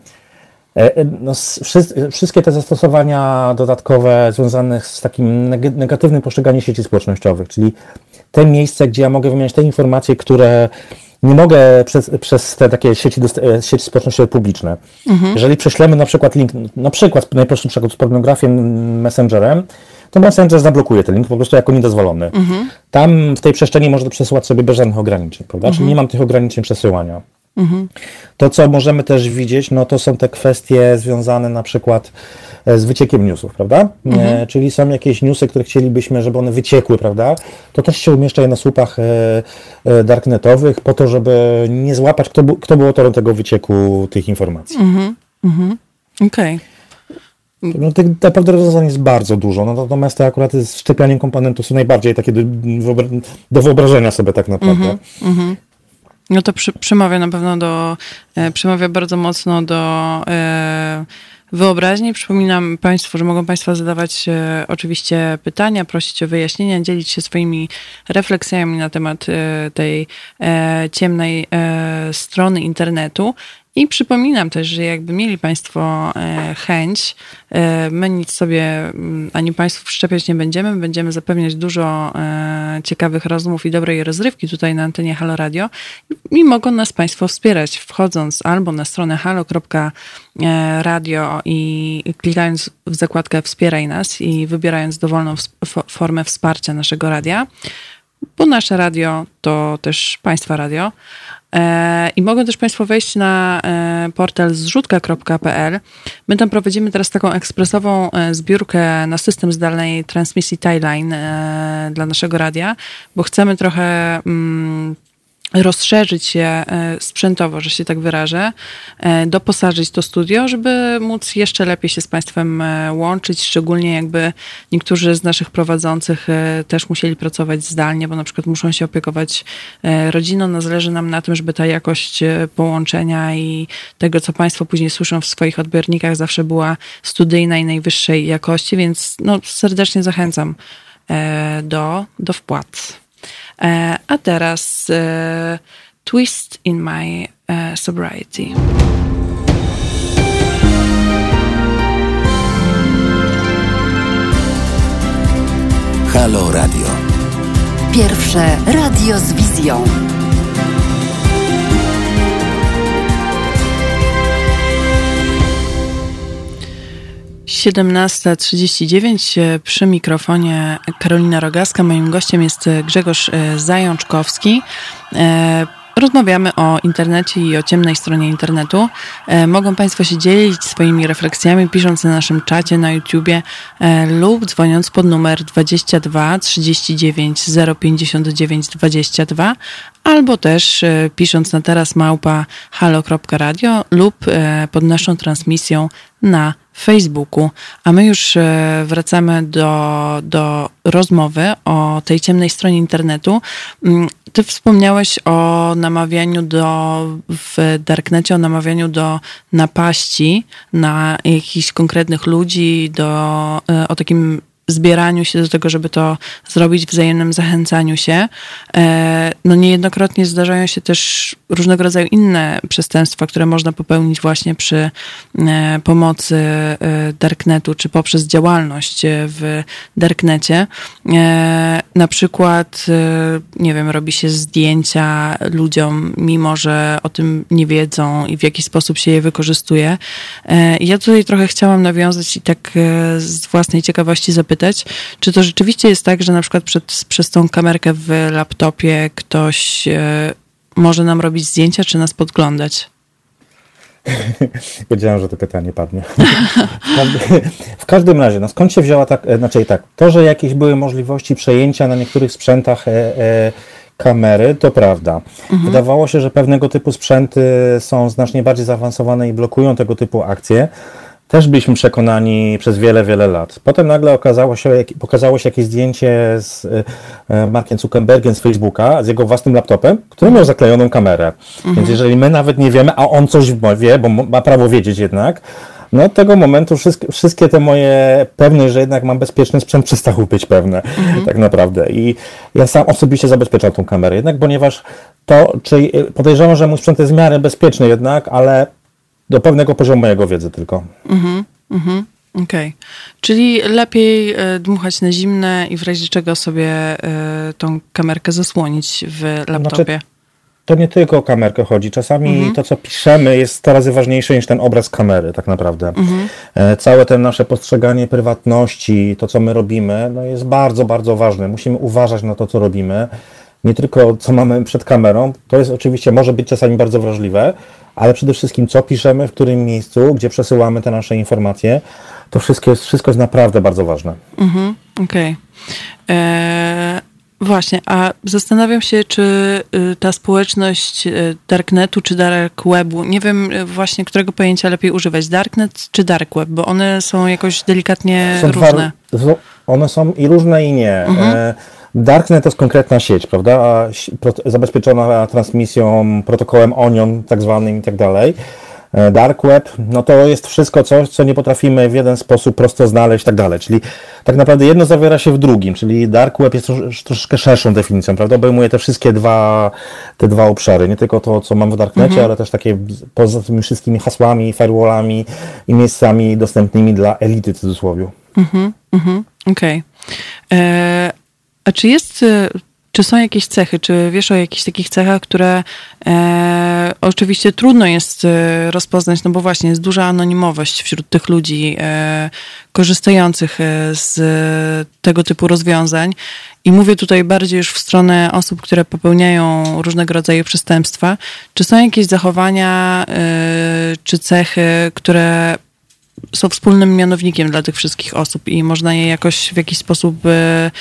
No, wszystkie te zastosowania dodatkowe związane z takim negatywnym postrzeganiem sieci społecznościowych, czyli te miejsce, gdzie ja mogę wymieniać te informacje, które nie mogę przez, przez te takie sieci, sieci społecznościowe publiczne. Mhm. Jeżeli prześlemy na przykład link, na przykład najprostszy przykład z pornografią Messengerem, to Messenger zablokuje ten link po prostu jako niedozwolony. Mhm. Tam w tej przestrzeni można przesyłać sobie bez żadnych ograniczeń, prawda? Mhm. Czyli nie mam tych ograniczeń przesyłania. Mhm. To, co możemy też widzieć, no to są te kwestie związane na przykład z wyciekiem newsów, prawda? Mhm. E, czyli są jakieś newsy, które chcielibyśmy, żeby one wyciekły, prawda? To też się umieszcza je na słupach e, e, darknetowych po to, żeby nie złapać, kto, kto był autorem tego wycieku tych informacji. Mhm. Mhm. Okej. Okay. No, tych naprawdę rozwiązań jest bardzo dużo, no, natomiast te akurat z szczepianiem komponentów są najbardziej takie do, do wyobrażenia sobie tak naprawdę. Mhm. Mhm. No to przy, przemawia na pewno do, e, przemawia bardzo mocno do e, wyobraźni. Przypominam Państwu, że mogą Państwo zadawać e, oczywiście pytania, prosić o wyjaśnienia, dzielić się swoimi refleksjami na temat e, tej e, ciemnej e, strony internetu. I przypominam też, że jakby mieli Państwo e, chęć, e, my nic sobie ani Państwu wszczepiać nie będziemy, będziemy zapewniać dużo e, ciekawych rozmów i dobrej rozrywki tutaj na antenie Halo Radio i mogą nas Państwo wspierać, wchodząc albo na stronę halo kropka radio i klikając w zakładkę Wspieraj nas i wybierając dowolną formę wsparcia naszego radia, bo nasze radio to też Państwa radio. I mogą też Państwo wejść na portal zrzutka kropka pe el. My tam prowadzimy teraz taką ekspresową zbiórkę na system zdalnej transmisji Timeline dla naszego radia, bo chcemy trochę rozszerzyć się sprzętowo, że się tak wyrażę, doposażyć to studio, żeby móc jeszcze lepiej się z Państwem łączyć, szczególnie jakby niektórzy z naszych prowadzących też musieli pracować zdalnie, bo na przykład muszą się opiekować rodziną. No, zależy nam na tym, żeby ta jakość połączenia i tego, co Państwo później słyszą w swoich odbiornikach, zawsze była studyjna i najwyższej jakości, więc no, serdecznie zachęcam do, do wpłat. A teraz uh, Twist in My uh, Sobriety. Halo Radio. Pierwsze radio z wizją. siedemnasta trzydzieści dziewięć przy mikrofonie Karolina Rogaska. Moim gościem jest Grzegorz Zajączkowski. Rozmawiamy o internecie i o ciemnej stronie internetu. Mogą Państwo się dzielić swoimi refleksjami, pisząc na naszym czacie na YouTubie lub dzwoniąc pod numer dwadzieścia dwa trzydzieści dziewięć zero pięćdziesiąt dziewięć dwadzieścia dwa, albo też pisząc na teraz małpa halo kropka radio lub pod naszą transmisją na Facebooku. A my już wracamy do, do rozmowy o tej ciemnej stronie internetu. Ty wspomniałeś o namawianiu do, w darknecie, o namawianiu do napaści na jakichś konkretnych ludzi, do, o takim zbieraniu się do tego, żeby to zrobić, wzajemnym zachęcaniu się. No niejednokrotnie zdarzają się też różnego rodzaju inne przestępstwa, które można popełnić właśnie przy pomocy darknetu, czy poprzez działalność w darknecie. Na przykład, nie wiem, robi się zdjęcia ludziom, mimo że o tym nie wiedzą i w jaki sposób się je wykorzystuje. Ja tutaj trochę chciałam nawiązać i tak z własnej ciekawości zapytać, czy to rzeczywiście jest tak, że na przykład przed, przez tą kamerkę w laptopie ktoś może nam robić zdjęcia, czy nas podglądać? Wiedziałem, że to pytanie padnie. W, każdy, w każdym razie, no skąd się wzięła tak, znaczy tak, to, że jakieś były możliwości przejęcia na niektórych sprzętach e, e, kamery, to prawda. Mhm. Wydawało się, że pewnego typu sprzęty są znacznie bardziej zaawansowane i blokują tego typu akcje. Też byliśmy przekonani przez wiele, wiele lat. Potem nagle okazało się, pokazało się jakieś zdjęcie z Markiem Zuckerbergiem z Facebooka, z jego własnym laptopem, który miał zaklejoną kamerę. Mhm. Więc jeżeli my nawet nie wiemy, a on coś wie, bo ma prawo wiedzieć jednak, no od tego momentu wszystkie, wszystkie te moje pewność, że jednak mam bezpieczny sprzęt, przestały być pewne, mhm. tak naprawdę. I ja sam osobiście zabezpieczam tą kamerę, jednak ponieważ to, czy podejrzewam, że mój sprzęt jest w miarę bezpieczny jednak, ale do pewnego poziomu mojego wiedzy tylko. Mhm, mhm, okej. Okay. Czyli lepiej y, dmuchać na zimne i w razie czego sobie y, tą kamerkę zasłonić w laptopie. Znaczy, to nie tylko o kamerkę chodzi. Czasami mhm. to, co piszemy, jest sto razy ważniejsze niż ten obraz kamery, tak naprawdę. Mhm. E, całe to nasze postrzeganie prywatności, to, co my robimy, no jest bardzo, bardzo ważne. Musimy uważać na to, co robimy. Nie tylko co mamy przed kamerą, to jest oczywiście, może być czasami bardzo wrażliwe, ale przede wszystkim co piszemy, w którym miejscu, gdzie przesyłamy te nasze informacje, to wszystko jest, wszystko jest naprawdę bardzo ważne. Mhm, okej. Okay. Eee, właśnie, a zastanawiam się, czy ta społeczność darknetu czy dark webu, nie wiem właśnie, którego pojęcia lepiej używać, darknet czy dark web, bo one są jakoś delikatnie są różne. Dwa, one są i różne i nie. Mhm. E, Darknet to jest konkretna sieć, prawda, zabezpieczona transmisją, protokołem Onion tak zwanym i tak dalej. Dark Web, no to jest wszystko coś, co nie potrafimy w jeden sposób prosto znaleźć i tak dalej, czyli tak naprawdę jedno zawiera się w drugim, czyli Dark Web jest trosz, troszeczkę szerszą definicją, prawda, obejmuje te wszystkie dwa, te dwa obszary, nie tylko to, co mam w Darknecie, mhm. ale też takie poza tymi wszystkimi hasłami, firewallami i miejscami dostępnymi dla elity w cudzysłowie. Mhm, mhm, okej. Okay. A czy jest, czy są jakieś cechy, czy wiesz o jakichś takich cechach, które e, oczywiście trudno jest rozpoznać, no bo właśnie jest duża anonimowość wśród tych ludzi e, korzystających z tego typu rozwiązań i mówię tutaj bardziej już w stronę osób, które popełniają różnego rodzaju przestępstwa. Czy są jakieś zachowania e, czy cechy, które są wspólnym mianownikiem dla tych wszystkich osób i można je jakoś w jakiś sposób e,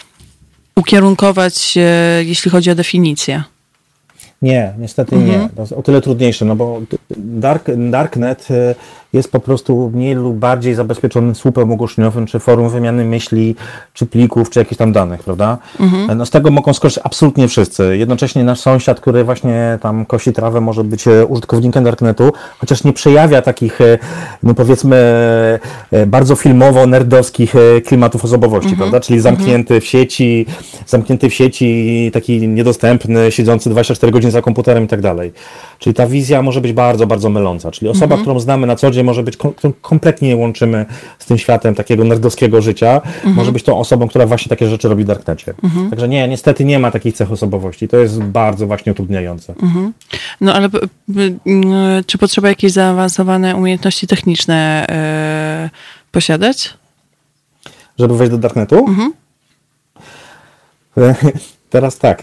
ukierunkować, jeśli chodzi o definicję? Nie, niestety mhm. nie. To jest o tyle trudniejsze, no bo dark, Darknet jest po prostu mniej lub bardziej zabezpieczonym słupem ogłoszeniowym, czy forum wymiany myśli, czy plików, czy jakichś tam danych, prawda? Mhm. No z tego mogą skorzystać absolutnie wszyscy. Jednocześnie nasz sąsiad, który właśnie tam kosi trawę, może być użytkownikiem Darknetu, chociaż nie przejawia takich, no powiedzmy, bardzo filmowo-nerdowskich klimatów osobowości, mhm. prawda? Czyli zamknięty w sieci, zamknięty w sieci, taki niedostępny, siedzący dwadzieścia cztery godziny za komputerem i tak dalej. Czyli ta wizja może być bardzo, bardzo myląca. Czyli osoba, mhm. którą znamy na co dzień, może być, którą kompletnie nie łączymy z tym światem takiego nerdowskiego życia, mhm. może być tą osobą, która właśnie takie rzeczy robi w Darknecie. Mhm. Także nie, niestety nie ma takich cech osobowości. To jest bardzo właśnie utrudniające. Mhm. No ale czy potrzeba jakieś zaawansowane umiejętności techniczne yy, posiadać? Żeby wejść do Darknetu? Mhm. Teraz tak.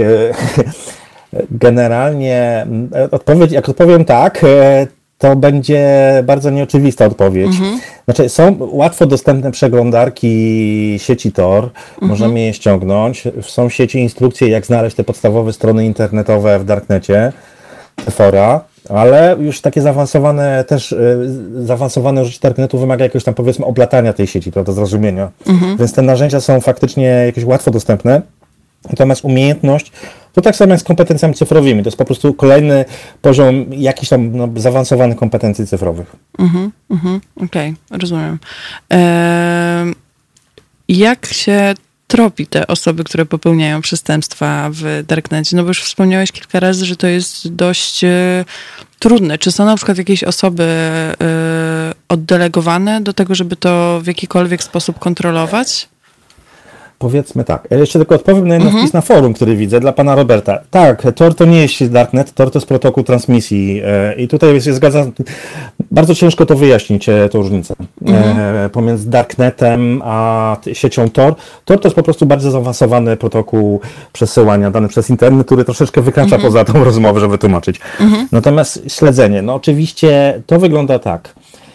Generalnie odpowiedź, jak odpowiem tak, to będzie bardzo nieoczywista odpowiedź. Mhm. Znaczy, są łatwo dostępne przeglądarki sieci Tor, mhm. możemy je ściągnąć. Są w sieci instrukcje, jak znaleźć te podstawowe strony internetowe w Darknecie, te fora, ale już takie zaawansowane też, zaawansowane użycie Darknetu wymaga jakiegoś tam, powiedzmy, oblatania tej sieci, prawda, zrozumienia. Mhm. Więc te narzędzia są faktycznie jakieś łatwo dostępne. Natomiast umiejętność to tak samo jak z kompetencjami cyfrowymi. To jest po prostu kolejny poziom jakichś tam no, zaawansowanych kompetencji cyfrowych. Mhm, mhm, okej, rozumiem. Eee, jak się tropi te osoby, które popełniają przestępstwa w Darknecie? No bo już wspomniałeś kilka razy, że to jest dość e, trudne. Czy są na przykład jakieś osoby e, oddelegowane do tego, żeby to w jakikolwiek sposób kontrolować? Powiedzmy tak. Ja jeszcze tylko odpowiem na jeden Mhm. wpis na forum, który widzę, dla pana Roberta. Tak, Tor to nie jest Darknet, Tor to jest protokół transmisji e, i tutaj się zgadzam, bardzo ciężko to wyjaśnić, e, tą różnicę Mhm. e, pomiędzy Darknetem a t- siecią Tor. Tor to jest po prostu bardzo zaawansowany protokół przesyłania danych przez internet, który troszeczkę wykracza Mhm. poza tą rozmowę, żeby tłumaczyć. Mhm. Natomiast śledzenie, no oczywiście to wygląda tak.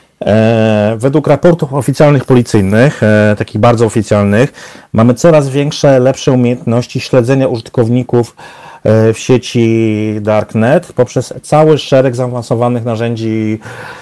E, według raportów oficjalnych policyjnych, e, takich bardzo oficjalnych, mamy coraz większe, lepsze umiejętności śledzenia użytkowników e, w sieci Darknet poprzez cały szereg zaawansowanych narzędzi,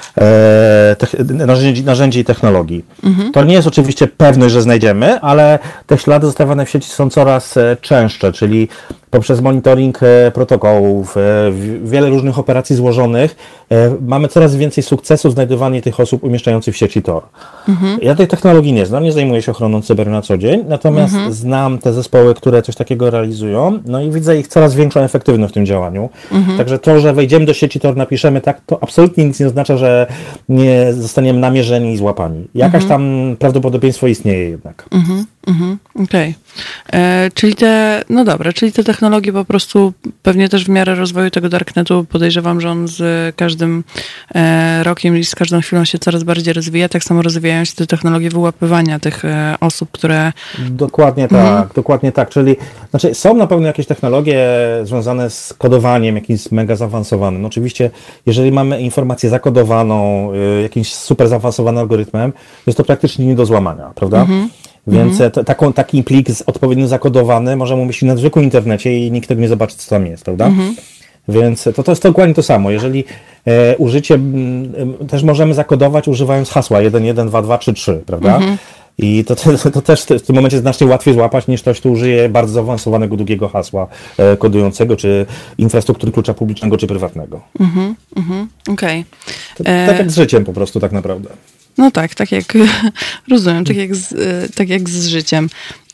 e, tech- narzędzi, narzędzi i technologii. Mhm. To nie jest oczywiście pewność, że znajdziemy, ale te ślady zostawiane w sieci są coraz e, częstsze, czyli poprzez monitoring e, protokołów, e, w- wiele różnych operacji złożonych, e, mamy coraz więcej sukcesu w znajdywaniu tych osób umieszczających w sieci Tor. Mhm. Ja tej technologii nie znam, nie zajmuję się ochroną cyber na co dzień, natomiast Mhm. znam te zespoły, które coś takiego realizują, no i widzę ich coraz większą efektywność w tym działaniu. Mhm. Także to, że wejdziemy do sieci Tor, napiszemy tak, to absolutnie nic nie oznacza, że nie zostaniemy namierzeni i złapani. Jakaś tam prawdopodobieństwo istnieje jednak. Mhm, mhm, okej. E, Czyli te, no dobra, czyli te technologie po prostu pewnie też w miarę rozwoju tego Darknetu podejrzewam, że on z każdym e, rokiem i z każdą chwilą się coraz bardziej rozwija. Tak samo rozwijają się te technologie wyłapywania tych e, osób, które... Dokładnie tak, dokładnie tak. Czyli znaczy są na pewno jakieś technologie związane z kodowaniem, jakimś mega zaawansowanym. No oczywiście, jeżeli mamy informację zakodowaną y, jakimś super zaawansowanym algorytmem, jest to praktycznie nie do złamania, prawda? Więc mm taką, taki plik z odpowiednio zakodowany możemy umieścić na zwykłym internecie i nikt tego nie zobaczy, co tam jest, prawda? Więc to, to jest dokładnie to samo. Jeżeli e, użycie, m, m, też możemy zakodować używając hasła jeden jeden dwa dwa trzy trzy, prawda? I to, to, to też w tym momencie znacznie łatwiej złapać, niż ktoś, kto użyje bardzo zaawansowanego, długiego hasła e, kodującego, czy infrastruktury klucza publicznego, czy prywatnego. Mhm, mhm, okej. To, tak jak z życiem po prostu tak naprawdę. No tak, tak jak, rozumiem, tak jak z, e, tak jak z życiem.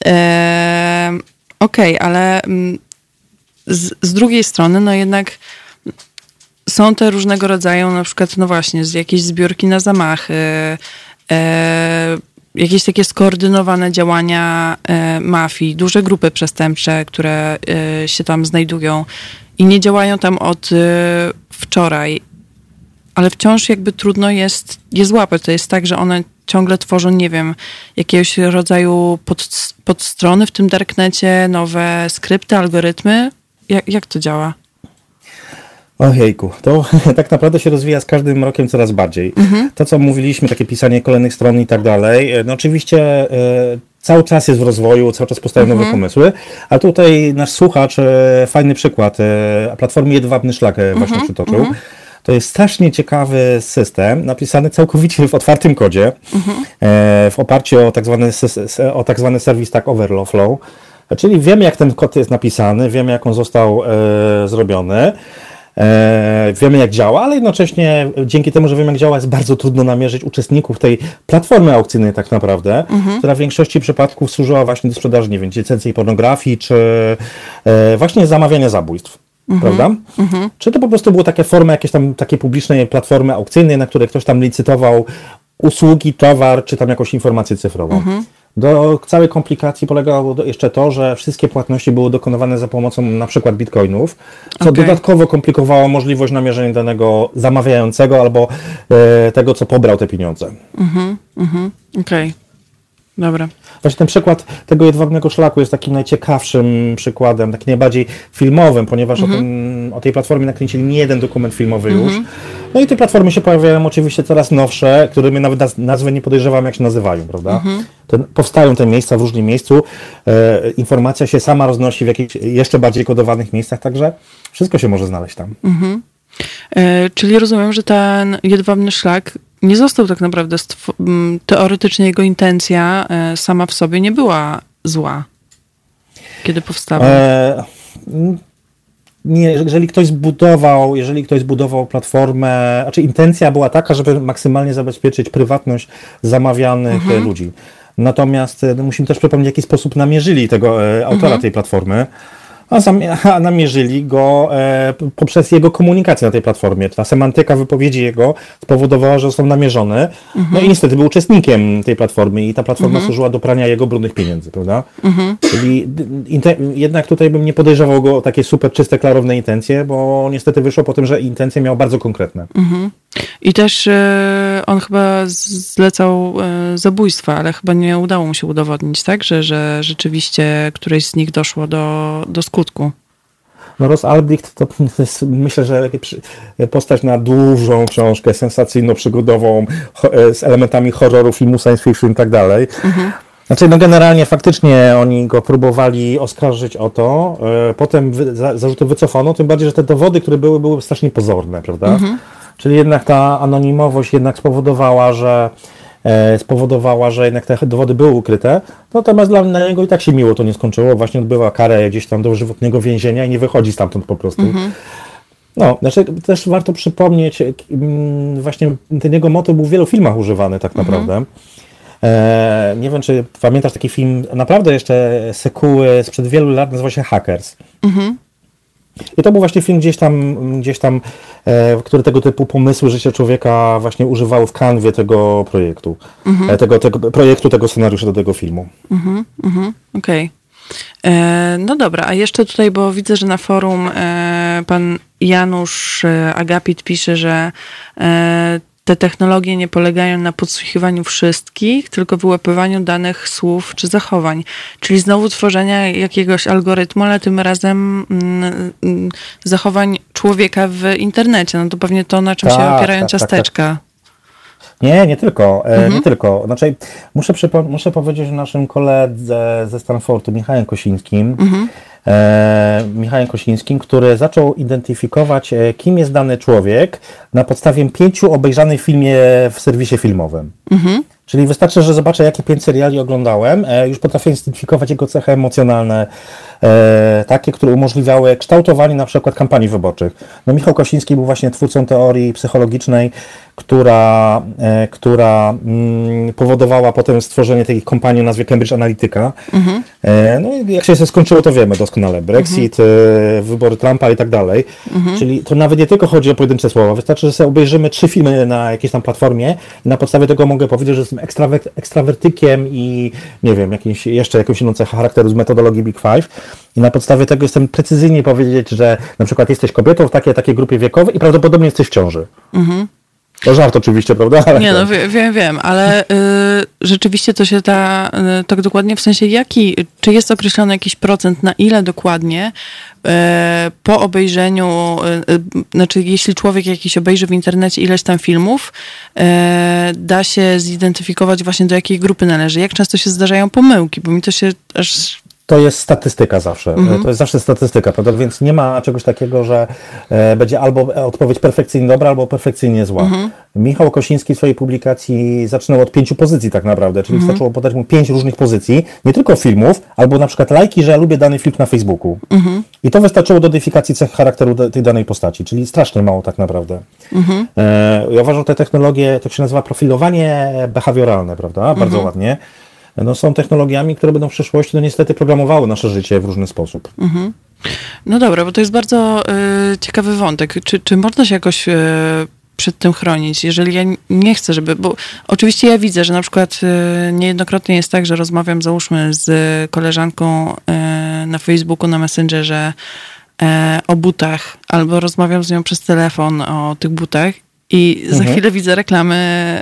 E, Okej, ale mm, z, z drugiej strony, no jednak są te różnego rodzaju, na przykład, no właśnie, z jakieś zbiórki na zamachy, e, jakieś takie skoordynowane działania e, mafii, duże grupy przestępcze, które e, się tam znajdują i nie działają tam od e, wczoraj, ale wciąż jakby trudno jest je złapać. To jest tak, że one ciągle tworzą, nie wiem, jakiegoś rodzaju pod, podstrony w tym Darknecie, nowe skrypty, algorytmy. Jak, jak to działa? Ojejku, to tak naprawdę się rozwija z każdym rokiem coraz bardziej. To, co mówiliśmy, takie pisanie kolejnych stron i tak dalej, no oczywiście e, cały czas jest w rozwoju, cały czas powstają nowe pomysły, a tutaj nasz słuchacz, e, fajny przykład, e, platformy Jedwabny Szlak e, właśnie przytoczył. To jest strasznie ciekawy system, napisany całkowicie w otwartym kodzie, e, w oparciu o tak zwany, o tak zwany serwis Stack Overflow, czyli wiemy, jak ten kod jest napisany, wiemy, jak on został e, zrobiony, e, wiemy, jak działa, ale jednocześnie dzięki temu, że wiemy, jak działa, jest bardzo trudno namierzyć uczestników tej platformy aukcyjnej tak naprawdę, która w większości przypadków służyła właśnie do sprzedaży, nie wiem, licencji pornografii, czy e, właśnie zamawiania zabójstw. Prawda? Czy to po prostu było takie formy, jakieś tam takie publicznej platformy aukcyjnej, na której ktoś tam licytował usługi, towar, czy tam jakąś informację cyfrową. Do całej komplikacji polegało jeszcze to, że wszystkie płatności były dokonywane za pomocą na przykład bitcoinów, co Okay. dodatkowo komplikowało możliwość namierzenia danego zamawiającego albo e, tego, co pobrał te pieniądze. Mhm, mhm, okej. Dobra. Właśnie ten przykład tego Jedwabnego Szlaku jest takim najciekawszym przykładem, takim najbardziej filmowym, ponieważ mm-hmm. o, tym, o tej platformie nakręcili nie jeden dokument filmowy już. Mm-hmm. No i te platformy się pojawiają oczywiście coraz nowsze, którymi nawet naz- nazwy nie podejrzewam, jak się nazywają, prawda? Mm-hmm. Ten, powstają te miejsca w różnym miejscu, e, informacja się sama roznosi w jakichś jeszcze bardziej kodowanych miejscach, także wszystko się może znaleźć tam. Mm-hmm. E, czyli rozumiem, że ten Jedwabny Szlak nie został tak naprawdę, stw- teoretycznie jego intencja e, sama w sobie nie była zła, kiedy powstawał. E, nie, jeżeli ktoś zbudował, jeżeli ktoś zbudował platformę, znaczy intencja była taka, żeby maksymalnie zabezpieczyć prywatność zamawianych mhm. ludzi. Natomiast no, musimy też przypomnieć, w jaki sposób namierzyli tego e, autora mhm. tej platformy. A, zam, a namierzyli go e, poprzez jego komunikację na tej platformie. Ta semantyka wypowiedzi jego spowodowała, że został namierzony. Mhm. No i niestety był uczestnikiem tej platformy i ta platforma mhm. służyła do prania jego brudnych pieniędzy, prawda? Mhm. Czyli inte, jednak tutaj bym nie podejrzewał go o takie super czyste, klarowne intencje, bo niestety wyszło po tym, że intencje miał bardzo konkretne. Mhm. I też e, on chyba zlecał e, zabójstwa, ale chyba nie udało mu się udowodnić, tak? Że, że rzeczywiście któreś z nich doszło do, do skutku. No Ross Ulbricht to jest, myślę, że postać na dużą książkę sensacyjno-przygodową z elementami horroru, filmu science fiction i tak dalej. Mhm. Znaczy, no generalnie faktycznie oni go próbowali oskarżyć o to, potem wy, za, zarzuty wycofano, tym bardziej, że te dowody, które były, były strasznie pozorne, prawda? Mhm. Czyli jednak ta anonimowość jednak spowodowała, że e, spowodowała, że jednak te dowody były ukryte. Natomiast dla na niego i tak się miło to nie skończyło. Właśnie odbywa karę gdzieś tam dożywotniego więzienia i nie wychodzi stamtąd po prostu. Mhm. No, znaczy też warto przypomnieć, właśnie ten jego motyw był w wielu filmach używany tak naprawdę. Mhm. E, nie wiem, czy pamiętasz taki film, naprawdę jeszcze sekuły sprzed wielu lat, nazywa się Hackers. Mhm. I to był właśnie film gdzieś tam, gdzieś tam, e, który tego typu pomysły życia człowieka właśnie używały w kanwie tego projektu. Mhm. E, tego, tego projektu, tego scenariusza do tego filmu. Mhm, mhm, okej. Okay. No dobra, a jeszcze tutaj, bo widzę, że na forum e, pan Janusz e, Agapit pisze, że e, te technologie nie polegają na podsłuchiwaniu wszystkich, tylko wyłapywaniu danych słów czy zachowań. Czyli znowu tworzenia jakiegoś algorytmu, ale tym razem mm, mm, zachowań człowieka w internecie. No to pewnie to, na czym tak, się opierają tak, ciasteczka. Tak, tak. Nie, nie tylko. Mhm. Nie tylko. Znaczy, muszę, przypo- muszę powiedzieć o naszym koledze ze Stanfordu, Michałem Kosińskim, mhm. e, Michałem Kosińskim, który zaczął identyfikować, kim jest dany człowiek na podstawie pięciu obejrzanych filmie w serwisie filmowym. Mhm. Czyli wystarczy, że zobaczę, jakie pięć seriali oglądałem, e, już potrafię zidentyfikować jego cechy emocjonalne, e, takie, które umożliwiały kształtowanie na przykład kampanii wyborczych. No, Michał Kosiński był właśnie twórcą teorii psychologicznej, która, e, która mm, powodowała potem stworzenie takiej kompanii o nazwie Cambridge Analytica. Mhm. E, no i jak się skończyło, to wiemy doskonale. Brexit, mhm. e, wybory Trumpa i tak dalej. Mhm. Czyli to nawet nie tylko chodzi o pojedyncze słowa. Wystarczy, że sobie obejrzymy trzy filmy na jakiejś tam platformie i na podstawie tego mogę powiedzieć, że jestem ekstrawer- ekstrawertykiem i nie wiem, jakimś, jeszcze jakąś inną cechę charakteru z metodologii Big Five. I na podstawie tego jestem precyzyjnie powiedzieć, że na przykład jesteś kobietą w takiej, takiej grupie wiekowej i prawdopodobnie jesteś w ciąży. Mhm. To żart oczywiście, prawda? Ale nie, no wiem, wiem, ale y, rzeczywiście to się da y, tak dokładnie, w sensie jaki, czy jest określony jakiś procent, na ile dokładnie y, po obejrzeniu, y, y, znaczy jeśli człowiek jakiś obejrzy w internecie ileś tam filmów, y, da się zidentyfikować właśnie do jakiej grupy należy. Jak często się zdarzają pomyłki, bo mi to się aż... To jest statystyka zawsze. Mhm. To jest zawsze statystyka, prawda? Więc nie ma czegoś takiego, że e, będzie albo odpowiedź perfekcyjnie dobra, albo perfekcyjnie zła. Mhm. Michał Kosiński w swojej publikacji zaczynał od pięciu pozycji tak naprawdę, czyli mhm. wystarczyło podać mu pięć różnych pozycji, nie tylko filmów, albo na przykład lajki, że ja lubię dany film na Facebooku. Mhm. I to wystarczyło do identyfikacji cech charakteru de, tej danej postaci, czyli strasznie mało tak naprawdę. Mhm. E, ja uważam, że te technologie, to się nazywa profilowanie behawioralne, prawda? Bardzo mhm. ładnie. No, są technologiami, które będą w przyszłości no niestety programowały nasze życie w różny sposób. Mhm. No dobra, bo to jest bardzo y, ciekawy wątek. Czy, czy można się jakoś y, przed tym chronić? Jeżeli ja nie chcę, żeby... Bo oczywiście ja widzę, że na przykład y, niejednokrotnie jest tak, że rozmawiam, załóżmy, z koleżanką y, na Facebooku, na Messengerze y, o butach, albo rozmawiam z nią przez telefon o tych butach. I za mhm. chwilę widzę reklamy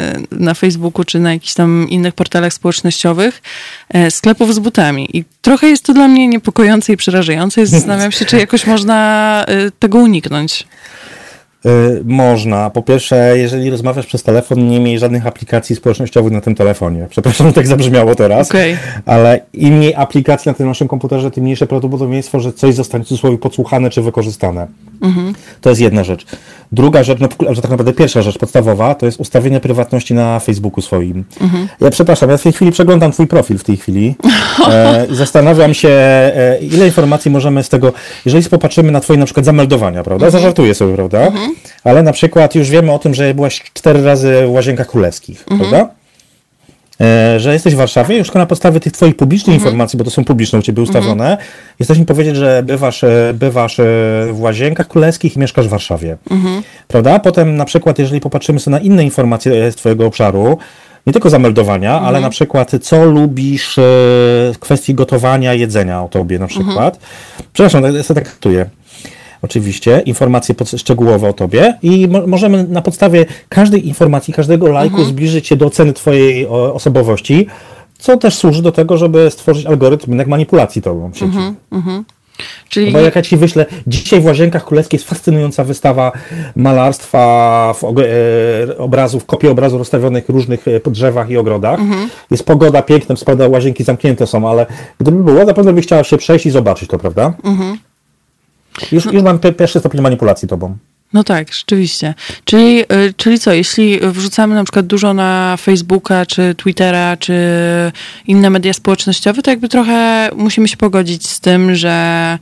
na Facebooku czy na jakichś tam innych portalach społecznościowych sklepów z butami. I trochę jest to dla mnie niepokojące i przerażające. I zastanawiam się, czy jakoś można tego uniknąć. Yy, można. Po pierwsze, jeżeli rozmawiasz przez telefon, nie miej żadnych aplikacji społecznościowych na tym telefonie. Przepraszam, że tak zabrzmiało teraz, okay. Ale im mniej aplikacji na tym naszym komputerze, tym mniejsze prawdopodobieństwo, że coś zostanie w cudzysłowie podsłuchane czy wykorzystane. Mhm. To jest jedna rzecz. Druga rzecz, no, że tak naprawdę pierwsza rzecz podstawowa, to jest ustawienie prywatności na Facebooku swoim. Mhm. Ja przepraszam, ja w tej chwili przeglądam twój profil w tej chwili e, i zastanawiam się, e, ile informacji możemy z tego, jeżeli popatrzymy na twoje na przykład zameldowania, prawda? Mhm. Zażartuję sobie, prawda? Mhm. Ale na przykład już wiemy o tym, że byłaś cztery razy w Łazienkach Królewskich, mhm. prawda? że jesteś w Warszawie, już na podstawie tych twoich publicznych mhm. informacji, bo to są publiczne u ciebie ustawione, mhm. jesteś mi powiedzieć, że bywasz, bywasz w Łazienkach Królewskich i mieszkasz w Warszawie. Mhm. Prawda? Potem na przykład, jeżeli popatrzymy sobie na inne informacje z twojego obszaru, nie tylko zameldowania, mhm. ale na przykład co lubisz w kwestii gotowania, jedzenia o tobie na przykład. Mhm. Przepraszam, ja sobie tak traktuję. Oczywiście, informacje szczegółowe o tobie i mo- możemy na podstawie każdej informacji, każdego lajku mhm. zbliżyć się do oceny twojej o, osobowości, co też służy do tego, żeby stworzyć algorytm rynek manipulacji tobą w sieci. Mhm. Mhm. Czyli... No bo jak ja ci wyślę, dzisiaj w Łazienkach Królewskich jest fascynująca wystawa malarstwa, w, e, obrazów, kopie obrazów rozstawionych w różnych drzewach i ogrodach. Mhm. Jest pogoda piękna, spada, łazienki zamknięte są, ale gdyby było, na pewno byś chciała się przejść i zobaczyć to, prawda? Mhm. Już, już mam pierwszy stopień manipulacji tobą. No tak, rzeczywiście. Czyli, czyli co, jeśli wrzucamy na przykład dużo na Facebooka, czy Twittera, czy inne media społecznościowe, to jakby trochę musimy się pogodzić z tym, że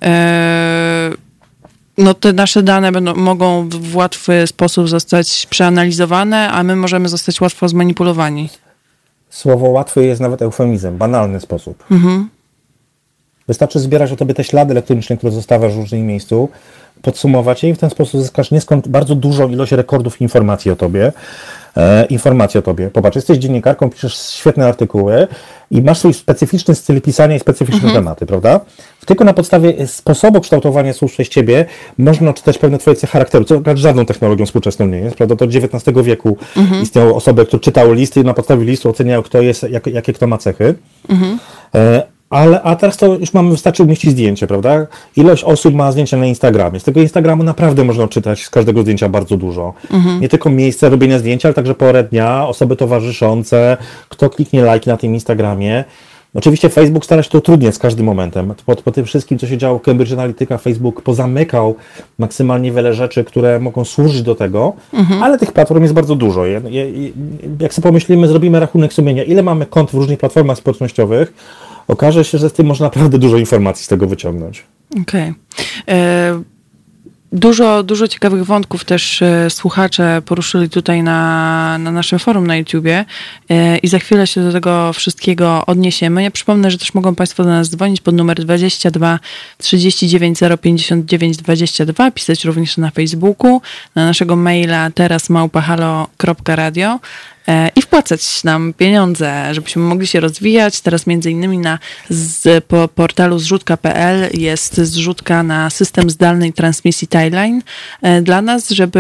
e, no te nasze dane będą, mogą w łatwy sposób zostać przeanalizowane, a my możemy zostać łatwo zmanipulowani. Słowo łatwy jest nawet eufemizm, banalny sposób. Mhm. Wystarczy zbierać o tobie te ślady elektroniczne, które zostawiasz w różnym miejscu, podsumować je i w ten sposób zyskasz nieskąd bardzo dużą ilość rekordów informacji o tobie. E, informacji o tobie. Popatrz, jesteś dziennikarką, piszesz świetne artykuły i masz swój specyficzny styl pisania i specyficzne mhm. tematy, prawda? Tylko na podstawie sposobu kształtowania słów przez ciebie można czytać pewne twoje cechy charakteru, co żadną technologią współczesną nie jest, prawda? To od dziewiętnastego wieku mhm. istniały osoby, które czytały listy i na podstawie listu oceniały, kto jest, jak, jakie kto ma cechy. Mhm. E, Ale, a teraz to już mamy, wystarczy umieścić zdjęcie, prawda? Ilość osób ma zdjęcia na Instagramie. Z tego Instagramu naprawdę można czytać z każdego zdjęcia bardzo dużo. Mhm. Nie tylko miejsce robienia zdjęcia, ale także porę dnia, osoby towarzyszące, kto kliknie lajki na tym Instagramie. Oczywiście Facebook stara się to utrudniać z każdym momentem. Po, po tym wszystkim, co się działo w Cambridge Analytica, Facebook pozamykał maksymalnie wiele rzeczy, które mogą służyć do tego, mhm. ale tych platform jest bardzo dużo. Je, je, jak sobie pomyślimy, zrobimy rachunek sumienia, ile mamy kont w różnych platformach społecznościowych, okaże się, że z tym można naprawdę dużo informacji z tego wyciągnąć. Okej. Okay. Dużo, dużo ciekawych wątków też słuchacze poruszyli tutaj na, na naszym forum na YouTubie i za chwilę się do tego wszystkiego odniesiemy. Ja przypomnę, że też mogą Państwo do nas dzwonić pod numer dwadzieścia dwa trzydzieści dziewięć zero pięćdziesiąt dziewięć dwadzieścia dwa, pisać również na Facebooku, na naszego maila teraz małpa halo kropka radio i wpłacać nam pieniądze, żebyśmy mogli się rozwijać. Teraz między innymi na z, po portalu zrzutka kropka p l jest zrzutka na system zdalnej transmisji Timeline dla nas, żeby,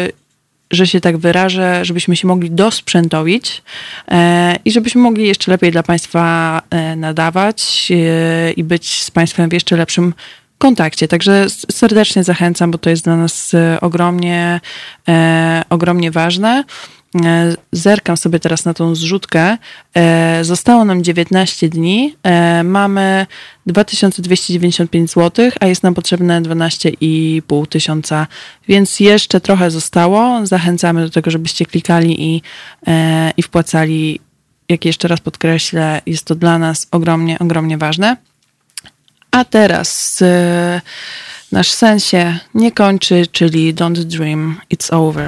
że się tak wyrażę, żebyśmy się mogli dosprzętowić i żebyśmy mogli jeszcze lepiej dla Państwa nadawać i być z Państwem w jeszcze lepszym kontakcie. Także serdecznie zachęcam, bo to jest dla nas ogromnie, ogromnie ważne. Zerkam sobie teraz na tą zrzutkę. Zostało nam dziewiętnaście dni. Mamy dwa tysiące dwieście dziewięćdziesiąt pięć złotych, a jest nam potrzebne dwanaście i pół tysiąca, więc jeszcze trochę zostało. Zachęcamy do tego, żebyście klikali i, i wpłacali. Jak jeszcze raz podkreślę, jest to dla nas ogromnie, ogromnie ważne. A teraz nasz sen się nie kończy, czyli Don't Dream, It's Over.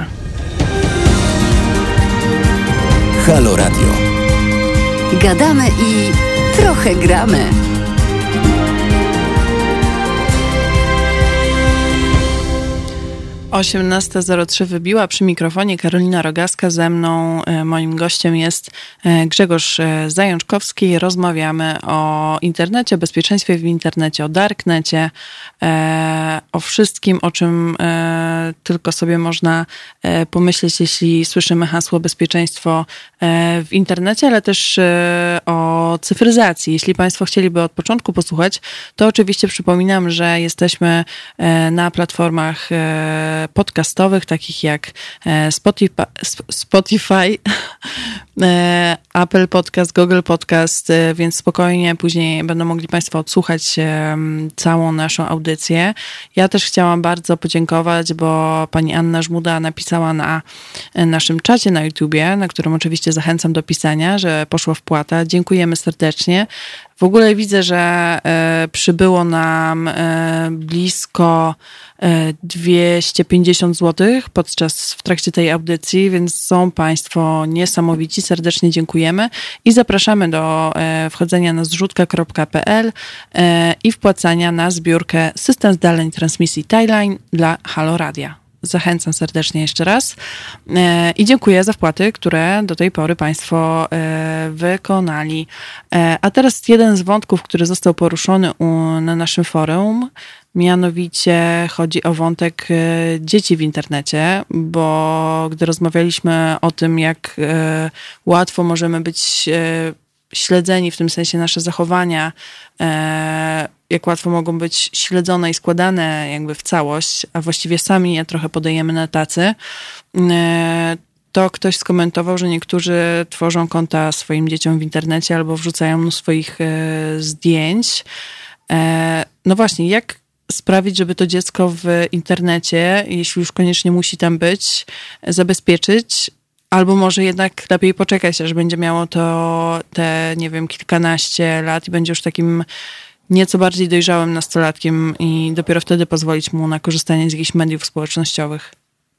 Halo Radio. Gadamy i trochę gramy. osiemnasta zero trzy wybiła, przy mikrofonie Karolina Rogaska, ze mną moim gościem jest Grzegorz Zajączkowski. Rozmawiamy o internecie, o bezpieczeństwie w internecie, o darknecie, o wszystkim, o czym tylko sobie można pomyśleć, jeśli słyszymy hasło bezpieczeństwo w internecie, ale też o cyfryzacji. Jeśli Państwo chcieliby od początku posłuchać, to oczywiście przypominam, że jesteśmy na platformach podcastowych, takich jak Spotify, Spotify, Apple Podcast, Google Podcast, więc spokojnie później będą mogli Państwo odsłuchać całą naszą audycję. Ja też chciałam bardzo podziękować, bo pani Anna Żmuda napisała na naszym czacie na YouTubie, na którym oczywiście zachęcam do pisania, że poszła wpłata. Dziękujemy serdecznie. W ogóle widzę, że przybyło nam blisko dwieście pięćdziesiąt złotych podczas, w trakcie tej audycji, więc są Państwo niesamowici. Serdecznie dziękujemy i zapraszamy do wchodzenia na zrzutka kropka p l i wpłacania na zbiórkę System Zdalnej Transmisji Timeline dla Halo Radia. Zachęcam serdecznie jeszcze raz i dziękuję za wpłaty, które do tej pory Państwo wykonali. A teraz jeden z wątków, który został poruszony na naszym forum, mianowicie chodzi o wątek dzieci w internecie, bo gdy rozmawialiśmy o tym, jak łatwo możemy być śledzeni, w tym sensie nasze zachowania, jak łatwo mogą być śledzone i składane jakby w całość, a właściwie sami je trochę podajemy na tacy, to ktoś skomentował, że niektórzy tworzą konta swoim dzieciom w internecie albo wrzucają mnóstwo ich zdjęć. No właśnie, jak sprawić, żeby to dziecko w internecie, jeśli już koniecznie musi tam być, zabezpieczyć, albo może jednak lepiej poczekać, aż będzie miało to te, nie wiem, kilkanaście lat i będzie już takim nieco bardziej dojrzałym nastolatkiem i dopiero wtedy pozwolić mu na korzystanie z jakichś mediów społecznościowych?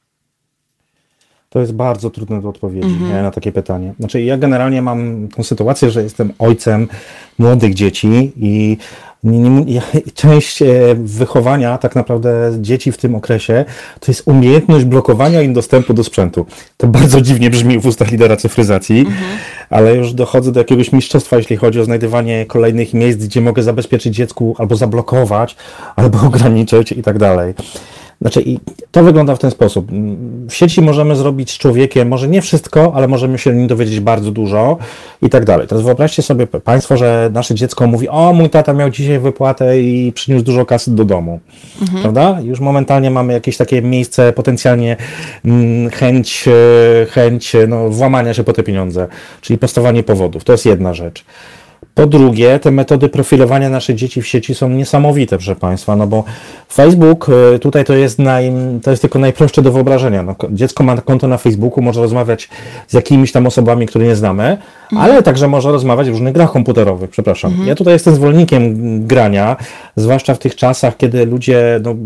To jest bardzo trudne do odpowiedzi Mhm. na takie pytanie. Znaczy ja generalnie mam tą sytuację, że jestem ojcem młodych dzieci i nie, nie, ja, część e, wychowania tak naprawdę dzieci w tym okresie to jest umiejętność blokowania im dostępu do sprzętu. To bardzo dziwnie brzmi w ustach lidera cyfryzacji, ale już dochodzę do jakiegoś mistrzostwa, jeśli chodzi o znajdywanie kolejnych miejsc, gdzie mogę zabezpieczyć dziecku albo zablokować, albo ograniczyć i tak dalej. Znaczy, i to wygląda w ten sposób. W sieci możemy zrobić z człowiekiem, może nie wszystko, ale możemy się o nim dowiedzieć bardzo dużo i tak dalej. Teraz wyobraźcie sobie Państwo, że nasze dziecko mówi: o, mój tata miał dzisiaj wypłatę i przyniósł dużo kasy do domu. Mhm. Prawda? Już momentalnie mamy jakieś takie miejsce, potencjalnie mm, chęć, chęć no, włamania się po te pieniądze, czyli postawanie powodów. To jest jedna rzecz. Po drugie, te metody profilowania naszych dzieci w sieci są niesamowite, proszę Państwa, no bo Facebook, tutaj to jest, naj, to jest tylko najprostsze do wyobrażenia. No, dziecko ma konto na Facebooku, może rozmawiać z jakimiś tam osobami, które nie znamy, mhm. ale także może rozmawiać w różnych grach komputerowych, przepraszam. Mhm. Ja tutaj jestem zwolennikiem grania, zwłaszcza w tych czasach, kiedy ludzie, no,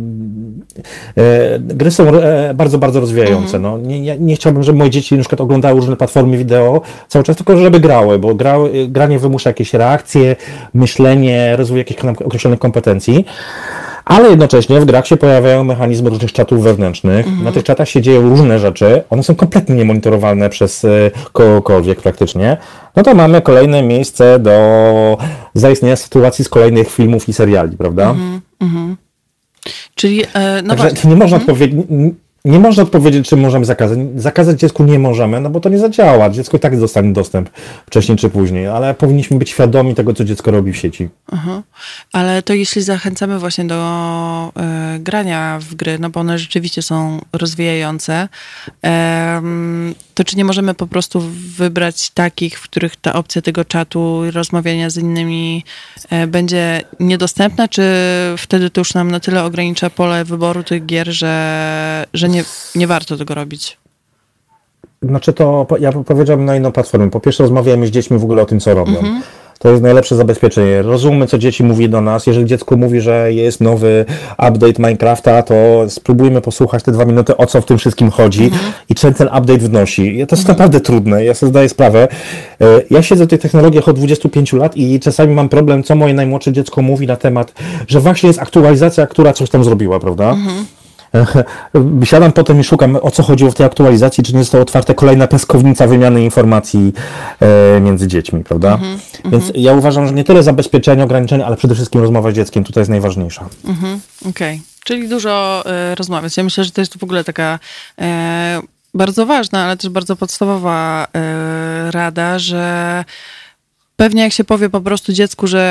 e, gry są e, bardzo, bardzo rozwijające. Mhm. No, nie, nie, nie chciałbym, żeby moje dzieci na przykład oglądały różne platformy wideo cały czas, tylko żeby grały, bo gra, granie wymusza jakieś reakcje, myślenie, rozwój jakichś określonych kompetencji, ale jednocześnie w grach się pojawiają mechanizmy różnych czatów wewnętrznych. Mhm. Na tych czatach się dzieją różne rzeczy, one są kompletnie niemonitorowane przez kogokolwiek praktycznie. No to mamy kolejne miejsce do zaistnienia sytuacji z kolejnych filmów i seriali, prawda? Mhm. Mhm. Czyli, e, no Także właśnie. nie można Mhm. odpowiedzieć... Nie można odpowiedzieć, czy możemy zakazać. Zakazać dziecku nie możemy, no bo to nie zadziała. Dziecko i tak dostanie dostęp wcześniej czy później, ale powinniśmy być świadomi tego, co dziecko robi w sieci. Aha. Ale to jeśli zachęcamy właśnie do e, grania w gry, no bo one rzeczywiście są rozwijające, e, to czy nie możemy po prostu wybrać takich, w których ta opcja tego czatu i rozmawiania z innymi e, będzie niedostępna, czy wtedy to już nam na tyle ogranicza pole wyboru tych gier, że, że nie, nie warto tego robić? Znaczy to, ja powiedziałbym na inną platformę. Po pierwsze rozmawiamy z dziećmi w ogóle o tym, co robią. Mhm. To jest najlepsze zabezpieczenie. Rozumy, co dzieci mówi do nas. Jeżeli dziecko mówi, że jest nowy update Minecrafta, to spróbujmy posłuchać te dwa minuty, o co w tym wszystkim chodzi mhm. i czy ten update wnosi. To jest mhm. naprawdę trudne. Ja sobie zdaję sprawę. Ja siedzę w tych technologiach od dwudziestu pięciu lat i czasami mam problem, co moje najmłodsze dziecko mówi na temat, że właśnie jest aktualizacja, która coś tam zrobiła, prawda? Mhm. Siadam potem i szukam, o co chodziło w tej aktualizacji, czy nie została otwarta kolejna piaskownica wymiany informacji e, między dziećmi, prawda? Mm-hmm, Więc mm-hmm. ja uważam, że nie tyle zabezpieczenie, ograniczenie, ale przede wszystkim rozmowa z dzieckiem tutaj jest najważniejsza. Mm-hmm, Okej, okay. Czyli dużo e, rozmawiać. Ja myślę, że to jest w ogóle taka e, bardzo ważna, ale też bardzo podstawowa e, rada, że pewnie jak się powie po prostu dziecku, że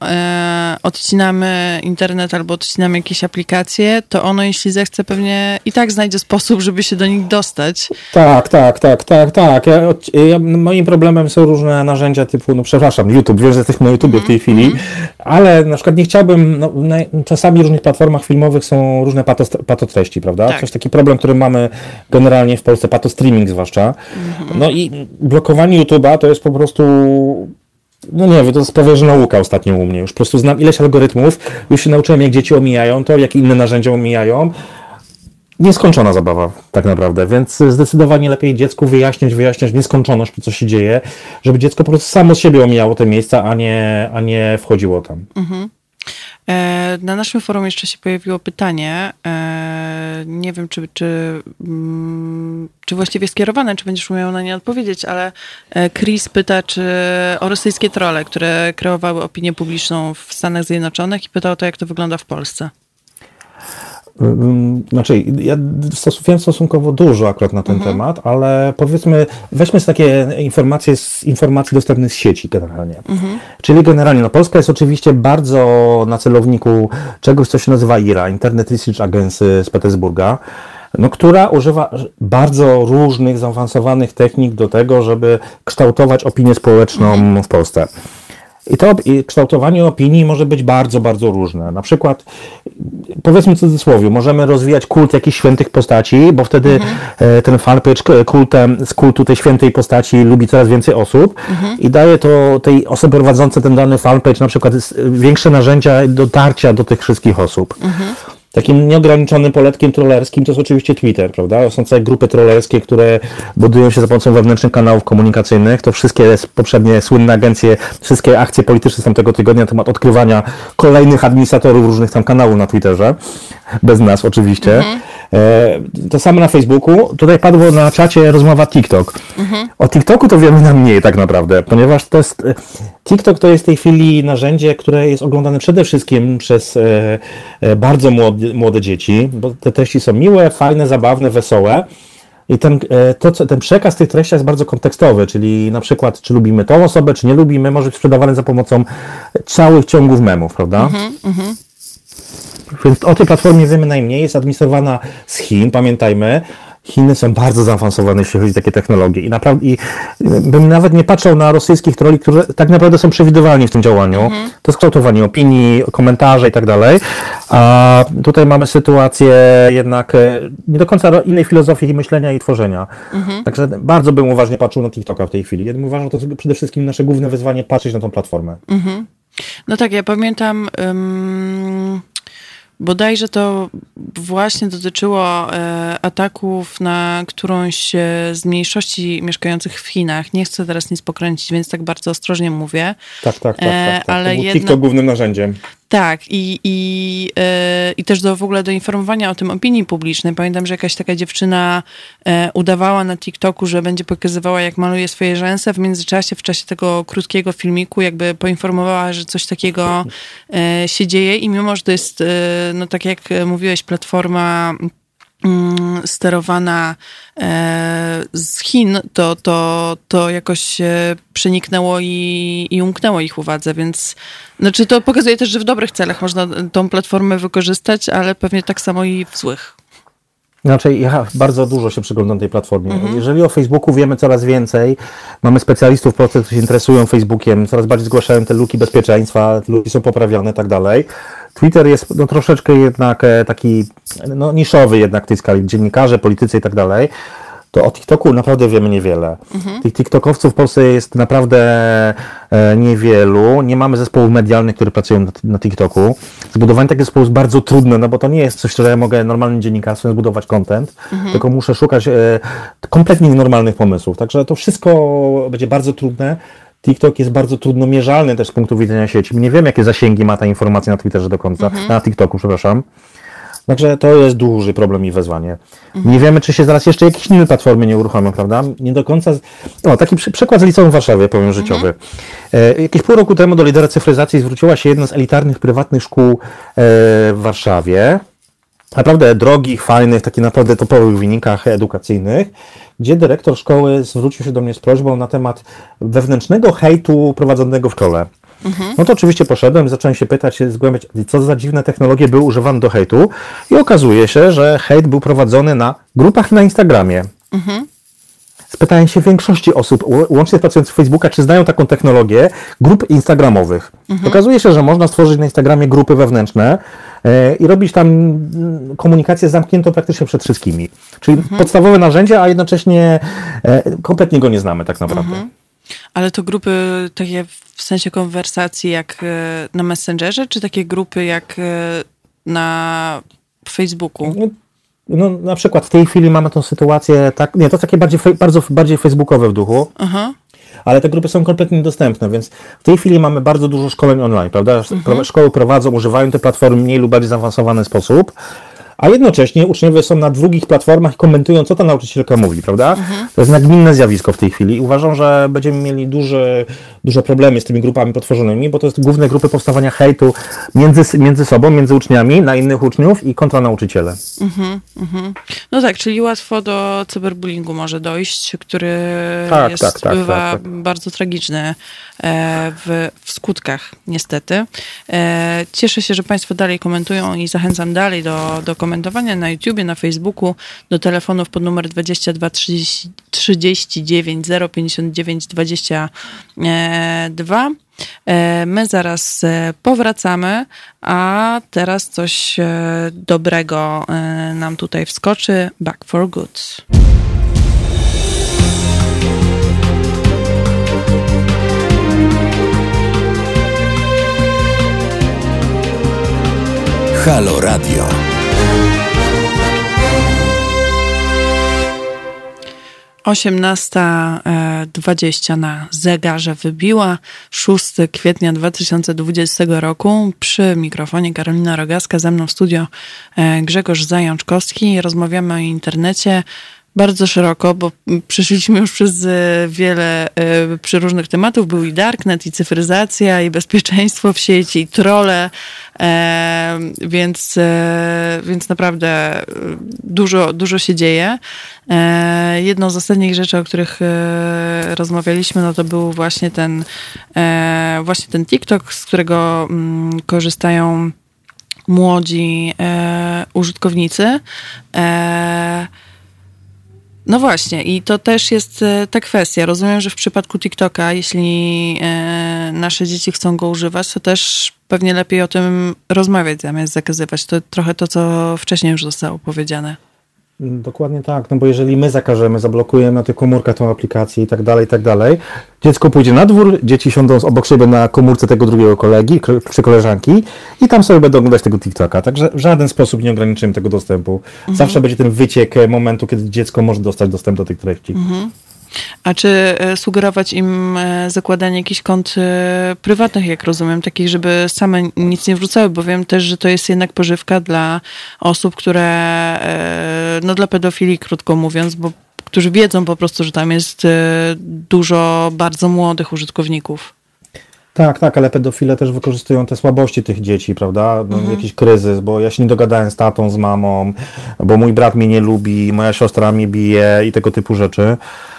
e, odcinamy internet albo odcinamy jakieś aplikacje, to ono, jeśli zechce, pewnie i tak znajdzie sposób, żeby się do nich dostać. Tak, tak, tak, tak, tak. Ja, ja, moim problemem są różne narzędzia typu, no przepraszam, YouTube, wiem, że jesteśmy na YouTubie mm-hmm. w tej chwili, mm-hmm. ale na przykład nie chciałbym, no, na, czasami w różnych platformach filmowych są różne patos, patotreści, prawda? Tak. To jest taki problem, który mamy generalnie w Polsce, patostreaming zwłaszcza. Mm-hmm. No i blokowanie YouTube'a to jest po prostu No nie wiem, to sprawia, że nauka ostatnio u mnie. Już po prostu znam ileś algorytmów, już się nauczyłem, jak dzieci omijają to, jak inne narzędzia omijają. Nieskończona zabawa tak naprawdę, więc zdecydowanie lepiej dziecku wyjaśniać, wyjaśniać nieskończoność, co się dzieje, żeby dziecko po prostu samo z siebie omijało te miejsca, a nie, a nie wchodziło tam. Mhm. Na naszym forum jeszcze się pojawiło pytanie, nie wiem, czy, czy, czy właściwie skierowane, czy będziesz umiał na nie odpowiedzieć, ale Chris pyta, czy o rosyjskie trolle, które kreowały opinię publiczną w Stanach Zjednoczonych i pytał o to, jak to wygląda w Polsce. Znaczy, ja stosowałem stosunkowo dużo akurat na ten mhm. temat, ale powiedzmy, weźmy takie informacje z informacji dostępnych z sieci generalnie. Mhm. Czyli generalnie, no Polska jest oczywiście bardzo na celowniku czegoś, co się nazywa I R A, Internet Research Agency z Petersburga, no, która używa bardzo różnych, zaawansowanych technik do tego, żeby kształtować opinię społeczną mhm. w Polsce. I to i kształtowanie opinii może być bardzo, bardzo różne. Na przykład, powiedzmy w cudzysłowie, możemy rozwijać kult jakichś świętych postaci, bo wtedy mhm. ten fanpage kultem, z kultu tej świętej postaci lubi coraz więcej osób mhm. i daje to tej osobie prowadzącej ten dany fanpage na przykład większe narzędzia dotarcia do tych wszystkich osób. Mhm. Takim nieograniczonym poletkiem trollerskim to jest oczywiście Twitter, prawda? Są całe grupy trollerskie, które budują się za pomocą wewnętrznych kanałów komunikacyjnych. To wszystkie poprzednie słynne agencje, wszystkie akcje polityczne z tamtego tygodnia na temat odkrywania kolejnych administratorów różnych tam kanałów na Twitterze. Bez nas oczywiście. Mhm. To samo na Facebooku. Tutaj padło na czacie rozmowa TikTok. Mhm. O TikToku to wiemy na mniej tak naprawdę, ponieważ to jest... TikTok to jest w tej chwili narzędzie, które jest oglądane przede wszystkim przez bardzo młode, młode dzieci, bo te treści są miłe, fajne, zabawne, wesołe. I ten, to, ten przekaz tych treści jest bardzo kontekstowy, czyli na przykład, czy lubimy tą osobę, czy nie lubimy, może być sprzedawany za pomocą całych ciągów memów, prawda? Mhm, mhm. Więc o tej platformie wiemy najmniej, jest administrowana z Chin, pamiętajmy. Chiny są bardzo zaawansowane, jeśli chodzi o takie technologie. I naprawdę i bym nawet nie patrzył na rosyjskich trolli, którzy tak naprawdę są przewidywalni w tym działaniu. Mhm. To jest kształtowanie opinii, komentarze i tak dalej. A tutaj mamy sytuację jednak nie do końca innej filozofii i myślenia i tworzenia. Mhm. Także bardzo bym uważnie patrzył na TikToka w tej chwili. Ja bym uważał, że to przede wszystkim nasze główne wyzwanie patrzeć na tą platformę. Mhm. No tak, ja pamiętam... Um... Bodajże to właśnie dotyczyło e, ataków na którąś z mniejszości mieszkających w Chinach. Nie chcę teraz nic pokręcić, więc tak bardzo ostrożnie mówię. Tak, tak, tak. E, tak, tak. Ale to był jedno... TikTok głównym narzędziem. Tak, i, i, e, i też do, w ogóle do informowania o tym opinii publicznej. Pamiętam, że jakaś taka dziewczyna e, udawała na TikToku, że będzie pokazywała, jak maluje swoje rzęsy. W międzyczasie, w czasie tego krótkiego filmiku, jakby poinformowała, że coś takiego e, się dzieje. I mimo, że to jest, e, no tak jak mówiłeś, platforma sterowana z Chin, to, to, to jakoś przeniknęło i, i umknęło ich uwadze, więc znaczy to pokazuje też, że w dobrych celach można tą platformę wykorzystać, ale pewnie tak samo i w złych. Znaczy, ja bardzo dużo się przyglądam tej platformie. Mhm. Jeżeli o Facebooku wiemy coraz więcej, mamy specjalistów, którzy się interesują Facebookiem, coraz bardziej zgłaszają te luki bezpieczeństwa, luki są poprawione i tak dalej. Twitter jest no, troszeczkę jednak taki no, niszowy jednak w tej skali, dziennikarze, politycy i tak dalej. To o TikToku naprawdę wiemy niewiele. Mhm. Tych TikTokowców w Polsce jest naprawdę e, niewielu. Nie mamy zespołów medialnych, które pracują na, na TikToku. Zbudowanie takiego zespołu jest bardzo trudne, no bo to nie jest coś, że ja mogę normalnym dziennikarstwem zbudować content, mhm. tylko muszę szukać e, kompletnie nienormalnych pomysłów. Także to wszystko będzie bardzo trudne. TikTok jest bardzo trudno mierzalny też z punktu widzenia sieci. My nie wiemy, jakie zasięgi ma ta informacja na Twitterze do końca, mhm. na TikToku, przepraszam. Także to jest duży problem i wyzwanie. Mhm. Nie wiemy, czy się zaraz jeszcze jakieś inne platformy nie uruchomią, prawda? Nie do końca... O, taki przy, przykład z liceum w Warszawie, powiem życiowy. Mhm. E, jakieś pół roku temu do lidera cyfryzacji zwróciła się jedna z elitarnych, prywatnych szkół e, w Warszawie. Naprawdę drogich, fajnych, takich naprawdę topowych wynikach edukacyjnych, gdzie dyrektor szkoły zwrócił się do mnie z prośbą na temat wewnętrznego hejtu prowadzonego w szkole. Mhm. No to oczywiście poszedłem, zacząłem się pytać, zgłębiać, co za dziwne technologie były używane do hejtu i okazuje się, że hejt był prowadzony na grupach na Instagramie. Mhm. Spytałem się większości osób, łącznie pracujących w Facebooka, czy znają taką technologię grup instagramowych. Mhm. Okazuje się, że można stworzyć na Instagramie grupy wewnętrzne yy, i robić tam komunikację zamkniętą praktycznie przed wszystkimi. Czyli mhm. podstawowe narzędzie, a jednocześnie yy, kompletnie go nie znamy tak naprawdę. Mhm. Ale to grupy takie w sensie konwersacji jak na Messengerze, czy takie grupy jak na Facebooku? No, no na przykład w tej chwili mamy tą sytuację, tak, nie, to takie bardziej, bardzo, bardziej facebookowe w duchu. Aha. Ale te grupy są kompletnie niedostępne, więc w tej chwili mamy bardzo dużo szkoleń online, prawda? Mhm. Szkoły prowadzą, używają te platformy w mniej lub bardziej zaawansowany sposób, a jednocześnie uczniowie są na drugich platformach i komentują, co ta nauczycielka mówi, prawda? Mhm. To jest nagminne zjawisko w tej chwili i uważam, że będziemy mieli duże, duże problemy z tymi grupami potworzonymi, bo to jest główne grupy powstawania hejtu między, między sobą, między uczniami, na innych uczniów i kontra nauczyciele. Mhm, mhm. No tak, czyli łatwo do cyberbullyingu może dojść, który tak, jest, tak, tak, bywa tak, tak. bardzo tragiczny w, w skutkach, niestety. Cieszę się, że Państwo dalej komentują i zachęcam dalej do, do komentowania na YouTubie, na Facebooku, do telefonów pod numer dwadzieścia dwa trzydzieści dziewięć zero pięćdziesiąt dziewięć dwadzieścia dwa. My zaraz powracamy, a teraz coś dobrego nam tutaj wskoczy. Back for Good. Halo Radio. osiemnasta dwadzieścia na zegarze wybiła, szóstego kwietnia dwa tysiące dwudziestego roku. Przy mikrofonie Karolina Rogaska, ze mną w studio Grzegorz Zajączkowski. Rozmawiamy o internecie bardzo szeroko, bo przeszliśmy już przez wiele przeróżnych tematów. Był i darknet, i cyfryzacja, i bezpieczeństwo w sieci, i trolle, więc, więc naprawdę dużo, dużo się dzieje. Jedną z ostatnich rzeczy, o których rozmawialiśmy, no to był właśnie ten, właśnie ten TikTok, z którego korzystają młodzi użytkownicy. No właśnie, i to też jest ta kwestia. Rozumiem, że w przypadku TikToka, jeśli nasze dzieci chcą go używać, to też pewnie lepiej o tym rozmawiać, zamiast zakazywać. To trochę to, co wcześniej już zostało powiedziane. Dokładnie tak, no bo jeżeli my zakażemy, zablokujemy na tych komórkach tą aplikację i tak dalej, i tak dalej, dziecko pójdzie na dwór, dzieci siądą obok siebie na komórce tego drugiego kolegi czy koleżanki i tam sobie będą oglądać tego TikToka, także w żaden sposób nie ograniczymy tego dostępu. Mhm. Zawsze będzie ten wyciek momentu, kiedy dziecko może dostać dostęp do tych treści. Mhm. A czy sugerować im zakładanie jakichś kont prywatnych, jak rozumiem, takich, żeby same nic nie wrzucały, bo wiem też, że to jest jednak pożywka dla osób, które, no dla pedofili, krótko mówiąc, bo którzy wiedzą po prostu, że tam jest dużo bardzo młodych użytkowników. Tak, tak, ale pedofile też wykorzystują te słabości tych dzieci, prawda? No, mhm. Jakiś kryzys, bo ja się nie dogadałem z tatą, z mamą, bo mój brat mnie nie lubi, moja siostra mnie bije i tego typu rzeczy.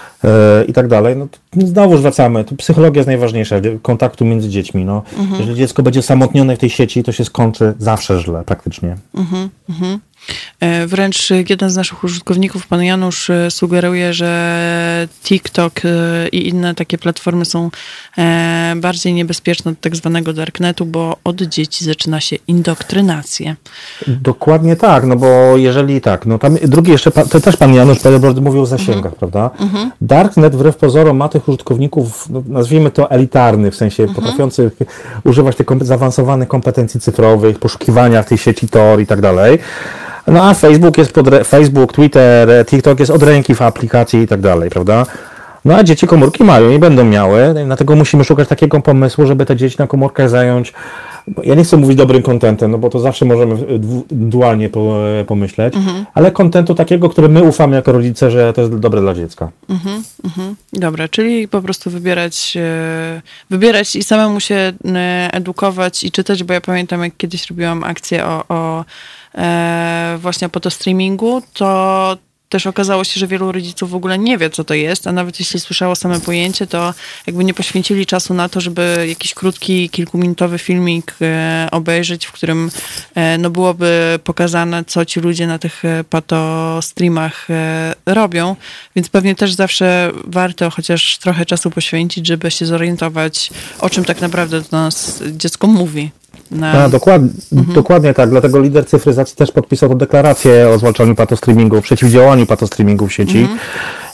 I tak dalej, no to znowu wracamy, to psychologia jest najważniejsza, kontaktu między dziećmi, no. Mhm. Jeżeli dziecko będzie osamotnione w tej sieci, to się skończy zawsze źle, praktycznie. Mhm, mhm. Wręcz jeden z naszych użytkowników, pan Janusz, sugeruje, że TikTok i inne takie platformy są bardziej niebezpieczne od tak zwanego darknetu, bo od dzieci zaczyna się indoktrynację. Dokładnie tak, no bo jeżeli tak, no tam drugi jeszcze, to też pan Janusz mówił o zasięgach, mhm. prawda? Mhm. Darknet wbrew pozorom ma tych użytkowników, no, nazwijmy to elitarnych, w sensie mhm. potrafiących używać tych kom- zaawansowanych kompetencji cyfrowych, poszukiwania w tej sieci Tor i tak dalej. No a Facebook jest pod re- Facebook, Twitter, TikTok jest od ręki w aplikacji i tak dalej, prawda? No a dzieci komórki mają i będą miały, dlatego musimy szukać takiego pomysłu, żeby te dzieci na komórkach zająć, ja nie chcę mówić dobrym kontentem, no bo to zawsze możemy dualnie pomyśleć, mhm. ale kontentu takiego, który my ufamy jako rodzice, że to jest dobre dla dziecka. Mhm, mhm. Dobra, czyli po prostu wybierać, wybierać i samemu się edukować i czytać, bo ja pamiętam, jak kiedyś robiłam akcję o, o właśnie po to streamingu, to też okazało się, że wielu rodziców w ogóle nie wie, co to jest, a nawet jeśli słyszało same pojęcie, to jakby nie poświęcili czasu na to, żeby jakiś krótki, kilkuminutowy filmik obejrzeć, w którym no, byłoby pokazane, co ci ludzie na tych pato streamach robią, więc pewnie też zawsze warto chociaż trochę czasu poświęcić, żeby się zorientować, o czym tak naprawdę do nas dziecko mówi. Na... A, dokładnie, mhm. dokładnie tak, dlatego lider cyfryzacji też podpisał tę deklarację o zwalczaniu patostreamingu, przeciwdziałaniu patostreamingu w sieci. Mhm.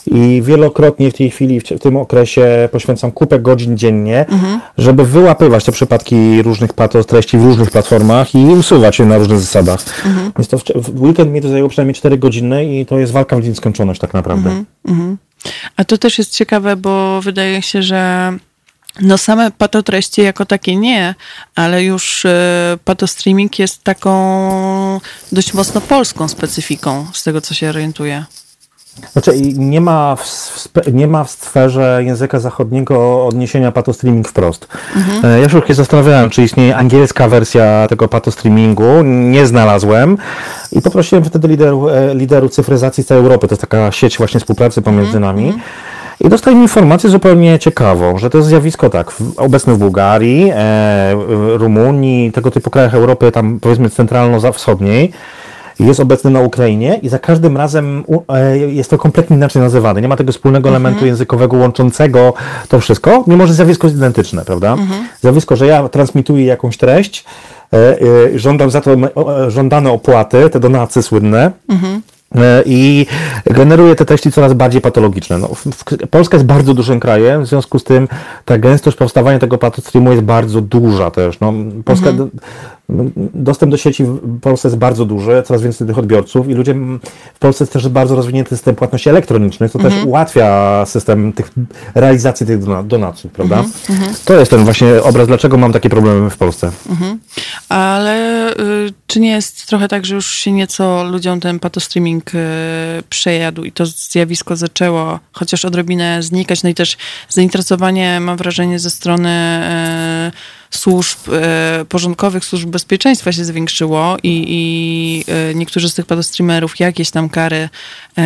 I wielokrotnie w tej chwili, w tym okresie poświęcam kupę godzin dziennie, mhm. żeby wyłapywać te przypadki różnych patostreści w różnych platformach i usuwać je na różnych zasadach. Mhm. Więc to w, w weekend mi to zajęło przynajmniej cztery godziny i to jest walka w nieskończoność tak naprawdę. Mhm. Mhm. A to też jest ciekawe, bo wydaje się, że no same patotreści jako takie nie, ale już y, patostreaming jest taką dość mocno polską specyfiką, z tego co się orientuję. Znaczy nie ma, w, nie ma w sferze języka zachodniego odniesienia patostreaming wprost. Mhm. Ja już się zastanawiałem, czy istnieje angielska wersja tego patostreamingu. Nie znalazłem i poprosiłem wtedy liderów, liderów cyfryzacji z całej Europy. To jest taka sieć właśnie współpracy pomiędzy mhm. nami. I dostałem informację zupełnie ciekawą, że to jest zjawisko tak, obecne w Bułgarii, e, Rumunii, tego typu krajach Europy, tam powiedzmy centralno-wschodniej. Jest obecny na Ukrainie i za każdym razem jest to kompletnie inaczej nazywane. Nie ma tego wspólnego mhm. elementu językowego łączącego to wszystko, mimo że zjawisko jest identyczne, prawda? Mhm. Zjawisko, że ja transmituję jakąś treść, żądam za to żądane opłaty, te donacje słynne, mhm. i generuje te treści coraz bardziej patologiczne. No, w, w, Polska jest bardzo dużym krajem, w związku z tym ta gęstość powstawania tego patostreamu jest bardzo duża też. No, Polska, mhm. do, dostęp do sieci w Polsce jest bardzo duży, coraz więcej tych odbiorców i ludzie w Polsce jest też bardzo rozwinięty system płatności elektronicznych, co mhm. też ułatwia system tych realizacji tych donacji, prawda? Mhm. To jest ten właśnie obraz, dlaczego mam takie problemy w Polsce. Mhm. Ale y, czy nie jest trochę tak, że już się nieco ludziom ten patostreaming y, przejadł i to zjawisko zaczęło chociaż odrobinę znikać, no i też zainteresowanie, mam wrażenie, ze strony y, służb y, porządkowych, służb bezpieczeństwa się zwiększyło i, i y, niektórzy z tych patostreamerów jakieś tam kary y,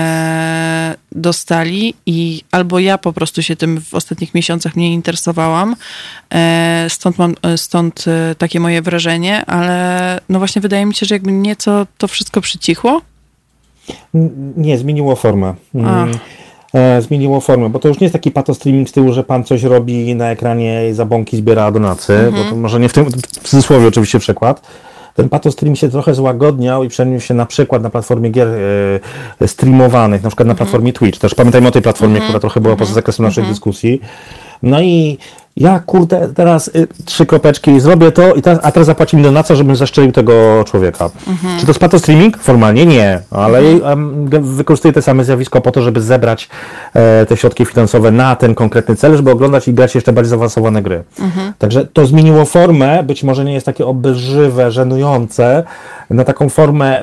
dostali i albo ja po prostu się tym w ostatnich miesiącach nie interesowałam, y, stąd mam, stąd y, takie moje wrażenie, ale no właśnie wydaje mi się, że jakby nieco to wszystko przycichło. Nie, zmieniło formę. Ach. Zmieniło formę, bo to już nie jest taki patostreaming z tyłu, że pan coś robi na ekranie i za bąki zbiera donacje, mm-hmm. bo to może nie w tym, w cudzysłowie oczywiście przekład. Ten patostream się trochę złagodniał i przeniósł się na przykład na platformie gier e, streamowanych, na przykład na platformie mm-hmm. Twitch. Też pamiętajmy o tej platformie, mm-hmm. która trochę była poza zakresem naszej mm-hmm. dyskusji. No i ja, kurde, teraz y, trzy kropeczki, zrobię to, i teraz, a teraz zapłaci mi donacja, żebym zaszczelił tego człowieka. Mhm. Czy to jest patostreaming? Formalnie nie, ale mhm. um, wykorzystuję te same zjawisko po to, żeby zebrać e, te środki finansowe na ten konkretny cel, żeby oglądać i grać jeszcze bardziej zaawansowane gry. Mhm. Także to zmieniło formę, być może nie jest takie obelżywe, żenujące, na taką formę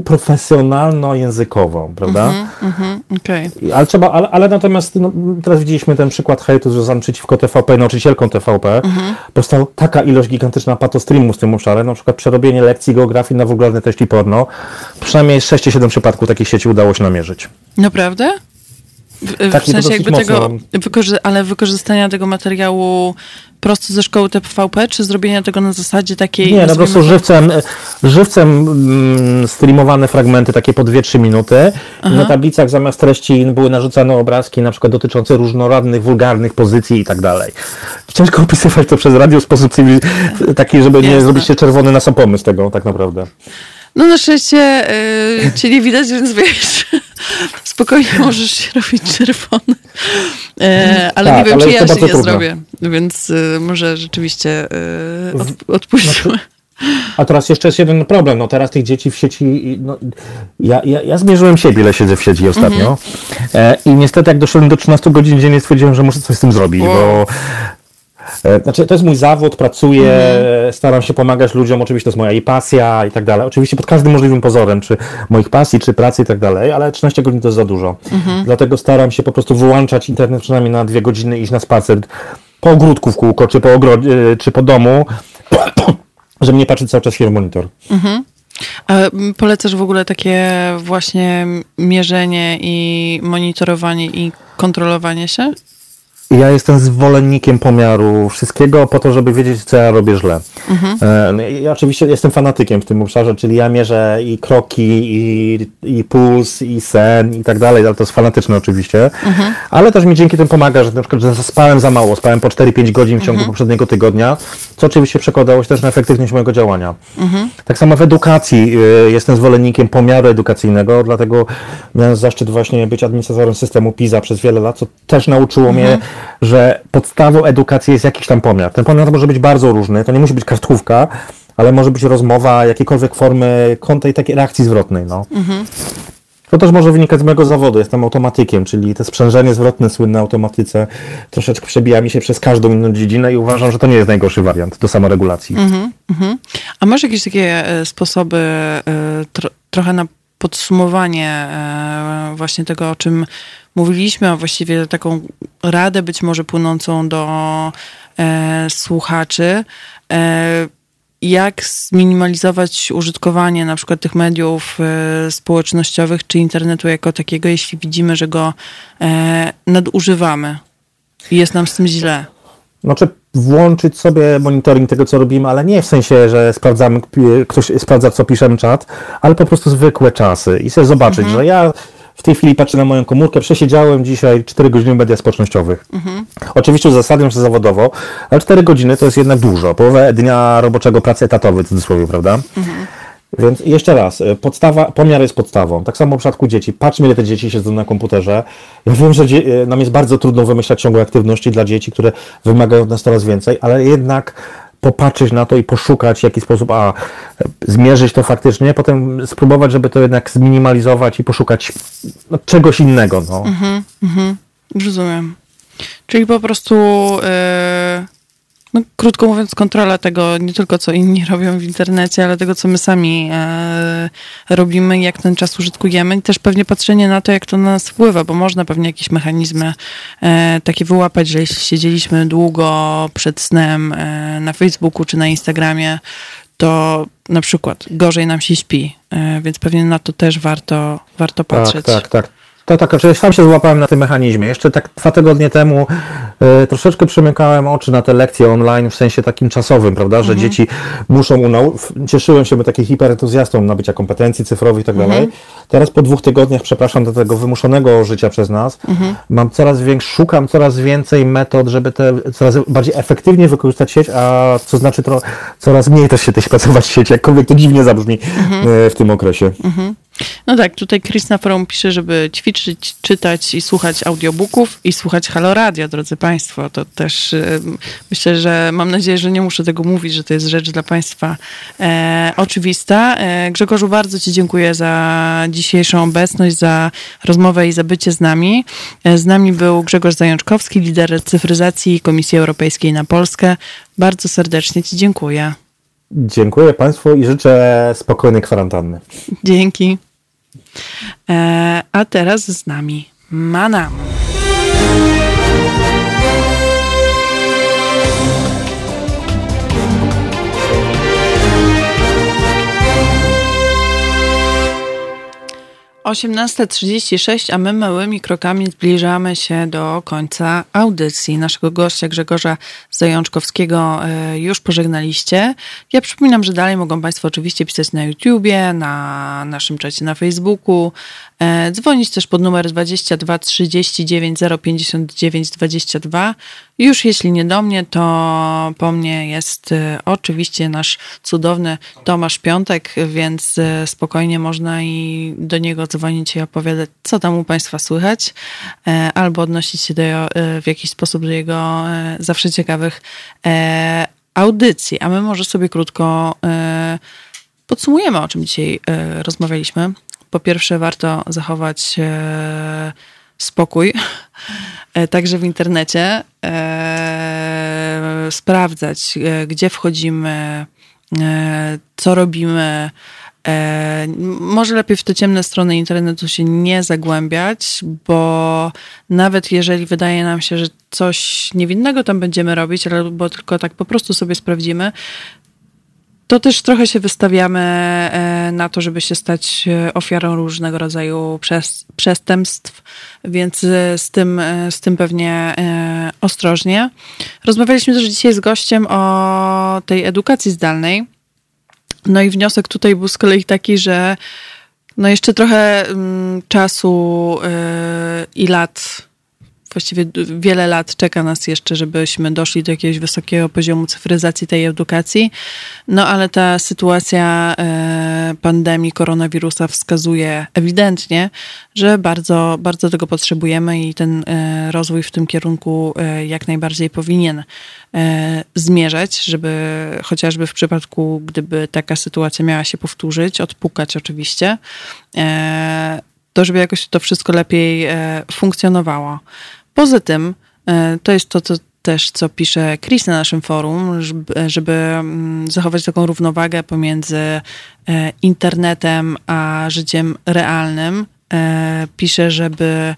półprofesjonalno-językową, prawda? Mhm, mhm, okay. Ale trzeba, ale, ale natomiast no, teraz widzieliśmy ten przykład hejtu związany przeciwko T V P, nauczycielką T V P. Mhm. Powstała taka ilość gigantyczna patostreamu z tym obszarem, na przykład przerobienie lekcji geografii na wulgarne treści porno. Przynajmniej sześć siedem przypadków takich sieci udało się namierzyć. Naprawdę? W, tak, w sensie jakby tego, wykorzy- ale wykorzystania tego materiału prosto ze szkoły T V P, czy zrobienia tego na zasadzie takiej... Nie, no po prostu żywcem, żywcem mm, streamowane fragmenty takie po dwie trzy minuty. Na tablicach zamiast treści były narzucane obrazki na przykład dotyczące różnorodnych, wulgarnych pozycji i tak dalej. Ciężko opisywać to przez radio w sposób cywil, taki, żeby Jasne. nie zrobić się czerwony na sam pomysł tego tak naprawdę. No na szczęście yy, cię nie widać, więc wiesz, spokojnie możesz się robić czerwony. Yy, ale tak, nie wiem, ale czy ja się nie trudno. zrobię, więc yy, może rzeczywiście yy, od, odpuśćmy. Znaczy, a teraz jeszcze jest jeden problem. No teraz tych dzieci w sieci... No, ja, ja, ja zmierzyłem siebie, ile siedzę w sieci ostatnio. Mm-hmm. E, I niestety jak doszedłem do trzynastu godzin dziennie, stwierdziłem, że muszę coś z tym zrobić, wow. bo... Znaczy, to jest mój zawód, pracuję, mm. staram się pomagać ludziom, oczywiście to jest moja i pasja i tak dalej. Oczywiście pod każdym możliwym pozorem, czy moich pasji, czy pracy i tak dalej, ale trzynaście godzin to jest za dużo. Mm-hmm. Dlatego staram się po prostu wyłączać internet przynajmniej na dwie godziny, iść na spacer po ogródku w kółko, czy po, ogrodzie, czy po domu, żeby nie patrzeć cały czas w monitor. Mm-hmm. A polecasz w ogóle takie właśnie mierzenie i monitorowanie i kontrolowanie się? Ja jestem zwolennikiem pomiaru wszystkiego po to, żeby wiedzieć, co ja robię źle. Mhm. Ja oczywiście jestem fanatykiem w tym obszarze, czyli ja mierzę i kroki, i, i puls, i sen, i tak dalej, ale to jest fanatyczne oczywiście. Mhm. Ale też mi dzięki tym pomaga, że na przykład że spałem za mało, spałem po cztery pięć godzin w ciągu mhm. poprzedniego tygodnia, co oczywiście przekładało się też na efektywność mojego działania. Mhm. Tak samo w edukacji jestem zwolennikiem pomiaru edukacyjnego, dlatego miałem zaszczyt właśnie być administratorem systemu PISA przez wiele lat, co też nauczyło mhm. mnie, że podstawą edukacji jest jakiś tam pomiar. Ten pomiar może być bardzo różny, to nie musi być kartkówka, ale może być rozmowa, jakiejkolwiek formy tej takiej reakcji zwrotnej. No. Mhm. To też może wynikać z mojego zawodu. Jestem automatykiem, czyli to sprzężenie zwrotne słynne automatyce troszeczkę przebija mi się przez każdą inną dziedzinę i uważam, że to nie jest najgorszy wariant do samoregulacji. Mhm, mhm. A masz jakieś takie sposoby tro, trochę na podsumowanie właśnie tego, o czym mówiliśmy, a właściwie taką radę być może płynącą do e, słuchaczy, e, jak zminimalizować użytkowanie na przykład tych mediów e, społecznościowych czy internetu jako takiego, jeśli widzimy, że go e, nadużywamy i jest nam z tym źle? Znaczy włączyć sobie monitoring tego, co robimy, ale nie w sensie, że sprawdzamy, ktoś sprawdza, co piszemy czat, ale po prostu zwykłe czasy i sobie zobaczyć, mhm. że ja w tej chwili patrzę na moją komórkę, przesiedziałem dzisiaj cztery godziny w mediach społecznościowych. Mhm. Oczywiście uzasadniam się zawodowo, ale cztery godziny to jest jednak dużo. Połowę dnia roboczego pracy etatowej, w cudzysłowie, prawda? Mhm. Więc jeszcze raz, podstawa, pomiar jest podstawą. Tak samo w przypadku dzieci. Patrzmy, ile te dzieci siedzą na komputerze. Ja wiem, że dzie- nam jest bardzo trudno wymyślać ciągłe aktywności dla dzieci, które wymagają od nas coraz więcej, ale jednak popatrzeć na to i poszukać w jaki sposób, a zmierzyć to faktycznie, potem spróbować, żeby to jednak zminimalizować i poszukać no, czegoś innego. No. Mhm, mhm. Rozumiem. Czyli po prostu yy, no, krótko mówiąc, kontrola tego, nie tylko co inni robią w internecie, ale tego, co my sami e, robimy, jak ten czas użytkujemy i też pewnie patrzenie na to, jak to na nas wpływa, bo można pewnie jakieś mechanizmy e, takie wyłapać, że jeśli siedzieliśmy długo przed snem e, na Facebooku czy na Instagramie, to na przykład gorzej nam się śpi, e, więc pewnie na to też warto, warto patrzeć. Tak, tak, tak. To tak, oczywiście sam się złapałem na tym mechanizmie. Jeszcze tak dwa tygodnie temu y, troszeczkę przymykałem oczy na te lekcje online w sensie takim czasowym, prawda, że mhm. dzieci muszą, unau- cieszyłem się takim hiperentuzjastą nabycia kompetencji cyfrowych i tak dalej. Mhm. Teraz po dwóch tygodniach, przepraszam, do tego wymuszonego życia przez nas, mhm. mam coraz większy, szukam coraz więcej metod, żeby te coraz bardziej efektywnie wykorzystać sieć, a co znaczy to, coraz mniej też się też pracować w sieci, jakkolwiek to dziwnie zabrzmi mhm. y, w tym okresie. Mhm. No tak, tutaj Chris na forum pisze, żeby ćwiczyć, czytać i słuchać audiobooków i słuchać Halo Radio, drodzy Państwo. To też y, myślę, że mam nadzieję, że nie muszę tego mówić, że to jest rzecz dla Państwa e, oczywista. E, Grzegorzu, bardzo Ci dziękuję za dzisiejszą obecność, za rozmowę i za bycie z nami. E, z nami był Grzegorz Zajączkowski, lider cyfryzacji Komisji Europejskiej na Polskę. Bardzo serdecznie Ci dziękuję. Dziękuję Państwu i życzę spokojnej kwarantanny. Dzięki. E, a teraz z nami Manam. osiemnasta trzydzieści sześć, a my małymi krokami zbliżamy się do końca audycji. Naszego gościa Grzegorza Zajączkowskiego już pożegnaliście. Ja przypominam, że dalej mogą Państwo oczywiście pisać na YouTubie, na naszym czacie na Facebooku, dzwonić też pod numer dwadzieścia dwa trzydzieści dziewięć zero pięćdziesiąt dziewięć dwadzieścia dwa. Już jeśli nie do mnie, to po mnie jest oczywiście nasz cudowny Tomasz Piątek, więc spokojnie można i do niego dzwonić i opowiadać, co tam u Państwa słychać, albo odnosić się do, w jakiś sposób do jego zawsze ciekawych audycji. A my może sobie krótko podsumujemy, o czym dzisiaj rozmawialiśmy. Po pierwsze, warto zachować spokój, także w internecie, sprawdzać, gdzie wchodzimy, co robimy. Może lepiej w te ciemne strony internetu się nie zagłębiać, bo nawet jeżeli wydaje nam się, że coś niewinnego tam będziemy robić, albo tylko tak po prostu sobie sprawdzimy, to też trochę się wystawiamy na to, żeby się stać ofiarą różnego rodzaju przestępstw, więc z tym, z tym pewnie ostrożnie. Rozmawialiśmy też dzisiaj z gościem o tej edukacji zdalnej. No i wniosek tutaj był z kolei taki, że no jeszcze trochę czasu i lat, właściwie wiele lat czeka nas jeszcze, żebyśmy doszli do jakiegoś wysokiego poziomu cyfryzacji tej edukacji. No ale ta sytuacja pandemii koronawirusa wskazuje ewidentnie, że bardzo, bardzo tego potrzebujemy i ten rozwój w tym kierunku jak najbardziej powinien zmierzać, żeby chociażby w przypadku, gdyby taka sytuacja miała się powtórzyć, odpukać oczywiście, to żeby jakoś to wszystko lepiej funkcjonowało. Poza tym, to jest to, co też, co pisze Chris na naszym forum, żeby, żeby zachować taką równowagę pomiędzy internetem a życiem realnym. Pisze, żeby,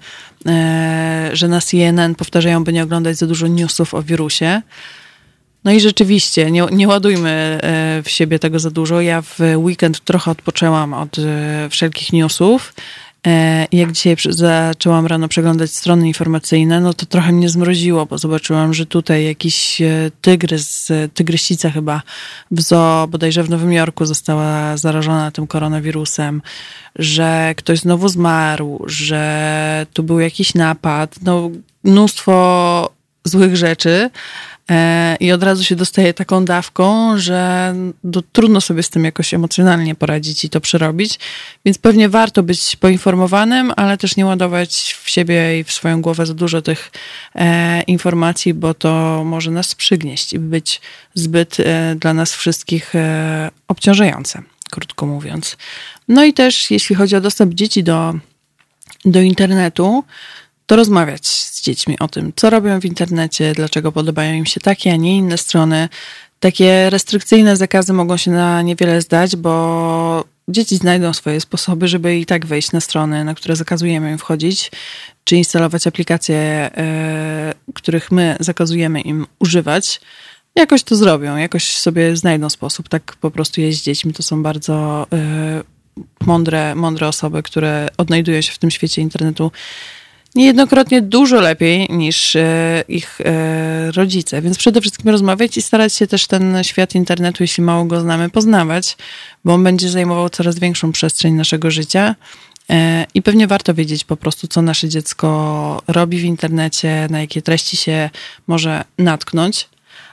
że na C N N powtarzają, by nie oglądać za dużo newsów o wirusie. No i rzeczywiście, nie, nie ładujmy w siebie tego za dużo. Ja w weekend trochę odpoczęłam od wszelkich newsów. Jak dzisiaj zaczęłam rano przeglądać strony informacyjne, no to trochę mnie zmroziło, bo zobaczyłam, że tutaj jakiś tygrys, tygrysica chyba w zoo, bodajże w Nowym Jorku została zarażona tym koronawirusem, że ktoś znowu zmarł, że tu był jakiś napad, no mnóstwo złych rzeczy. I od razu się dostaje taką dawką, że do, trudno sobie z tym jakoś emocjonalnie poradzić i to przerobić. Więc pewnie warto być poinformowanym, ale też nie ładować w siebie i w swoją głowę za dużo tych e, informacji, bo to może nas przygnieść i być zbyt e, dla nas wszystkich e, obciążające, krótko mówiąc. No i też jeśli chodzi o dostęp dzieci do, do internetu, to rozmawiać z dziećmi o tym, co robią w internecie, dlaczego podobają im się takie, a nie inne strony. Takie restrykcyjne zakazy mogą się na niewiele zdać, bo dzieci znajdą swoje sposoby, żeby i tak wejść na strony, na które zakazujemy im wchodzić, czy instalować aplikacje, yy, których my zakazujemy im używać. Jakoś to zrobią, jakoś sobie znajdą sposób. Tak po prostu jest z dziećmi. To są bardzo yy, mądre, mądre osoby, które odnajdują się w tym świecie internetu niejednokrotnie dużo lepiej niż e, ich e, rodzice. Więc przede wszystkim rozmawiać i starać się też ten świat internetu, jeśli mało go znamy, poznawać, bo on będzie zajmował coraz większą przestrzeń naszego życia e, i pewnie warto wiedzieć po prostu, co nasze dziecko robi w internecie, na jakie treści się może natknąć.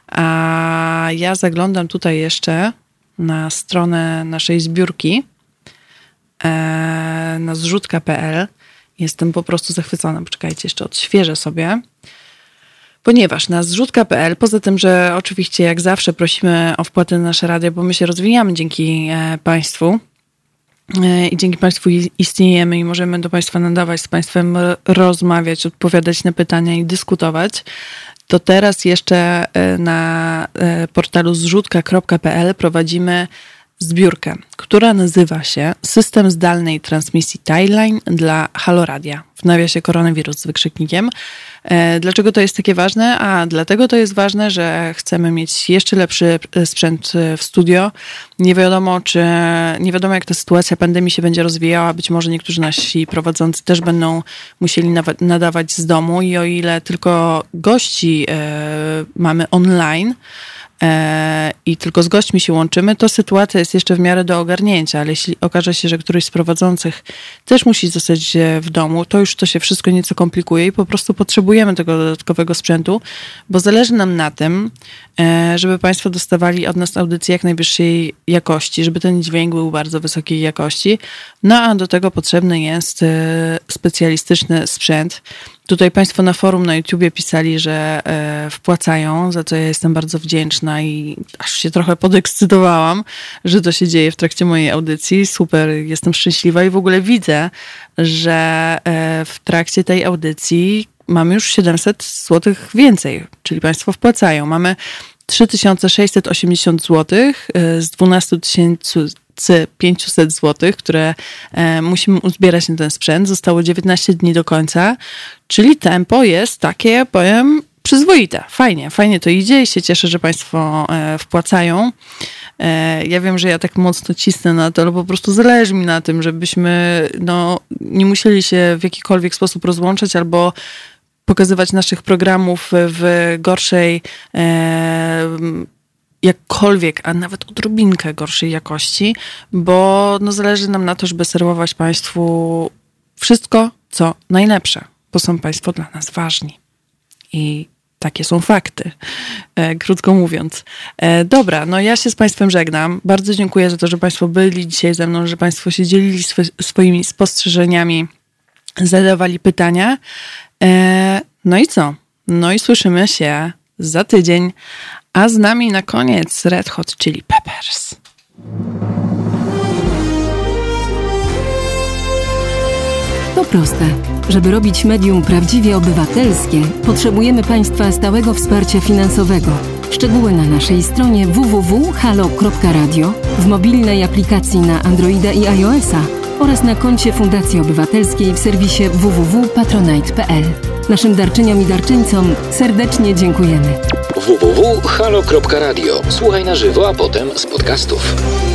A ja zaglądam tutaj jeszcze na stronę naszej zbiórki e, na zrzutka kropka p l. Jestem po prostu zachwycona. Poczekajcie, jeszcze odświeżę sobie. Ponieważ na zrzutka kropka p l, poza tym, że oczywiście jak zawsze prosimy o wpłaty na nasze radio, bo my się rozwijamy dzięki Państwu i dzięki Państwu istniejemy i możemy do Państwa nadawać, z Państwem rozmawiać, odpowiadać na pytania i dyskutować, to teraz jeszcze na portalu zrzutka kropka p l prowadzimy zbiórkę, która nazywa się System zdalnej transmisji Timeline dla Halo Radia. W nawiasie koronawirus z wykrzyknikiem. Dlaczego to jest takie ważne? A dlatego to jest ważne, że chcemy mieć jeszcze lepszy sprzęt w studio. Nie wiadomo, czy, nie wiadomo jak ta sytuacja pandemii się będzie rozwijała. Być może niektórzy nasi prowadzący też będą musieli nadawać z domu i o ile tylko gości mamy online, i tylko z gośćmi się łączymy, to sytuacja jest jeszcze w miarę do ogarnięcia, ale jeśli okaże się, że któryś z prowadzących też musi zostać w domu, to już to się wszystko nieco komplikuje i po prostu potrzebujemy tego dodatkowego sprzętu, bo zależy nam na tym, żeby Państwo dostawali od nas audycje jak najwyższej jakości, żeby ten dźwięk był bardzo wysokiej jakości, no a do tego potrzebny jest specjalistyczny sprzęt. Tutaj Państwo na forum na YouTubie pisali, że e, wpłacają, za co ja jestem bardzo wdzięczna i aż się trochę podekscytowałam, że to się dzieje w trakcie mojej audycji. Super, jestem szczęśliwa i w ogóle widzę, że e, w trakcie tej audycji mamy już siedemset złotych więcej, czyli Państwo wpłacają. Mamy trzy tysiące sześćset osiemdziesiąt złotych e, z dwanaście tysięcy pięćset złotych, które e, musimy uzbierać na ten sprzęt. Zostało dziewiętnaście dni do końca, czyli tempo jest takie, powiem, przyzwoite. Fajnie, fajnie to idzie i się cieszę, że Państwo e, wpłacają. Ja wiem, że ja tak mocno cisnę na to, ale po prostu zależy mi na tym, żebyśmy no, nie musieli się w jakikolwiek sposób rozłączać albo pokazywać naszych programów w gorszej, jakkolwiek, a nawet odrobinkę gorszej jakości, bo no, zależy nam na to, żeby serwować Państwu wszystko, co najlepsze, bo są Państwo dla nas ważni. I takie są fakty, e, krótko mówiąc. E, dobra, no ja się z Państwem żegnam. Bardzo dziękuję za to, że Państwo byli dzisiaj ze mną, że Państwo się dzielili sw- swoimi spostrzeżeniami, zadawali pytania. E, no i co? No i słyszymy się za tydzień, a z nami na koniec Red Hot Chili Peppers. To proste. Żeby robić medium prawdziwie obywatelskie, potrzebujemy Państwa stałego wsparcia finansowego. Szczegóły na naszej stronie w w w kropka halo kropka radio, w mobilnej aplikacji na Androida i iOS-a oraz na koncie Fundacji Obywatelskiej w serwisie w w w kropka patronite kropka p l. Naszym darczyniom i darczyńcom serdecznie dziękujemy. w w w kropka halo kropka radio. Słuchaj na żywo, a potem z podcastów.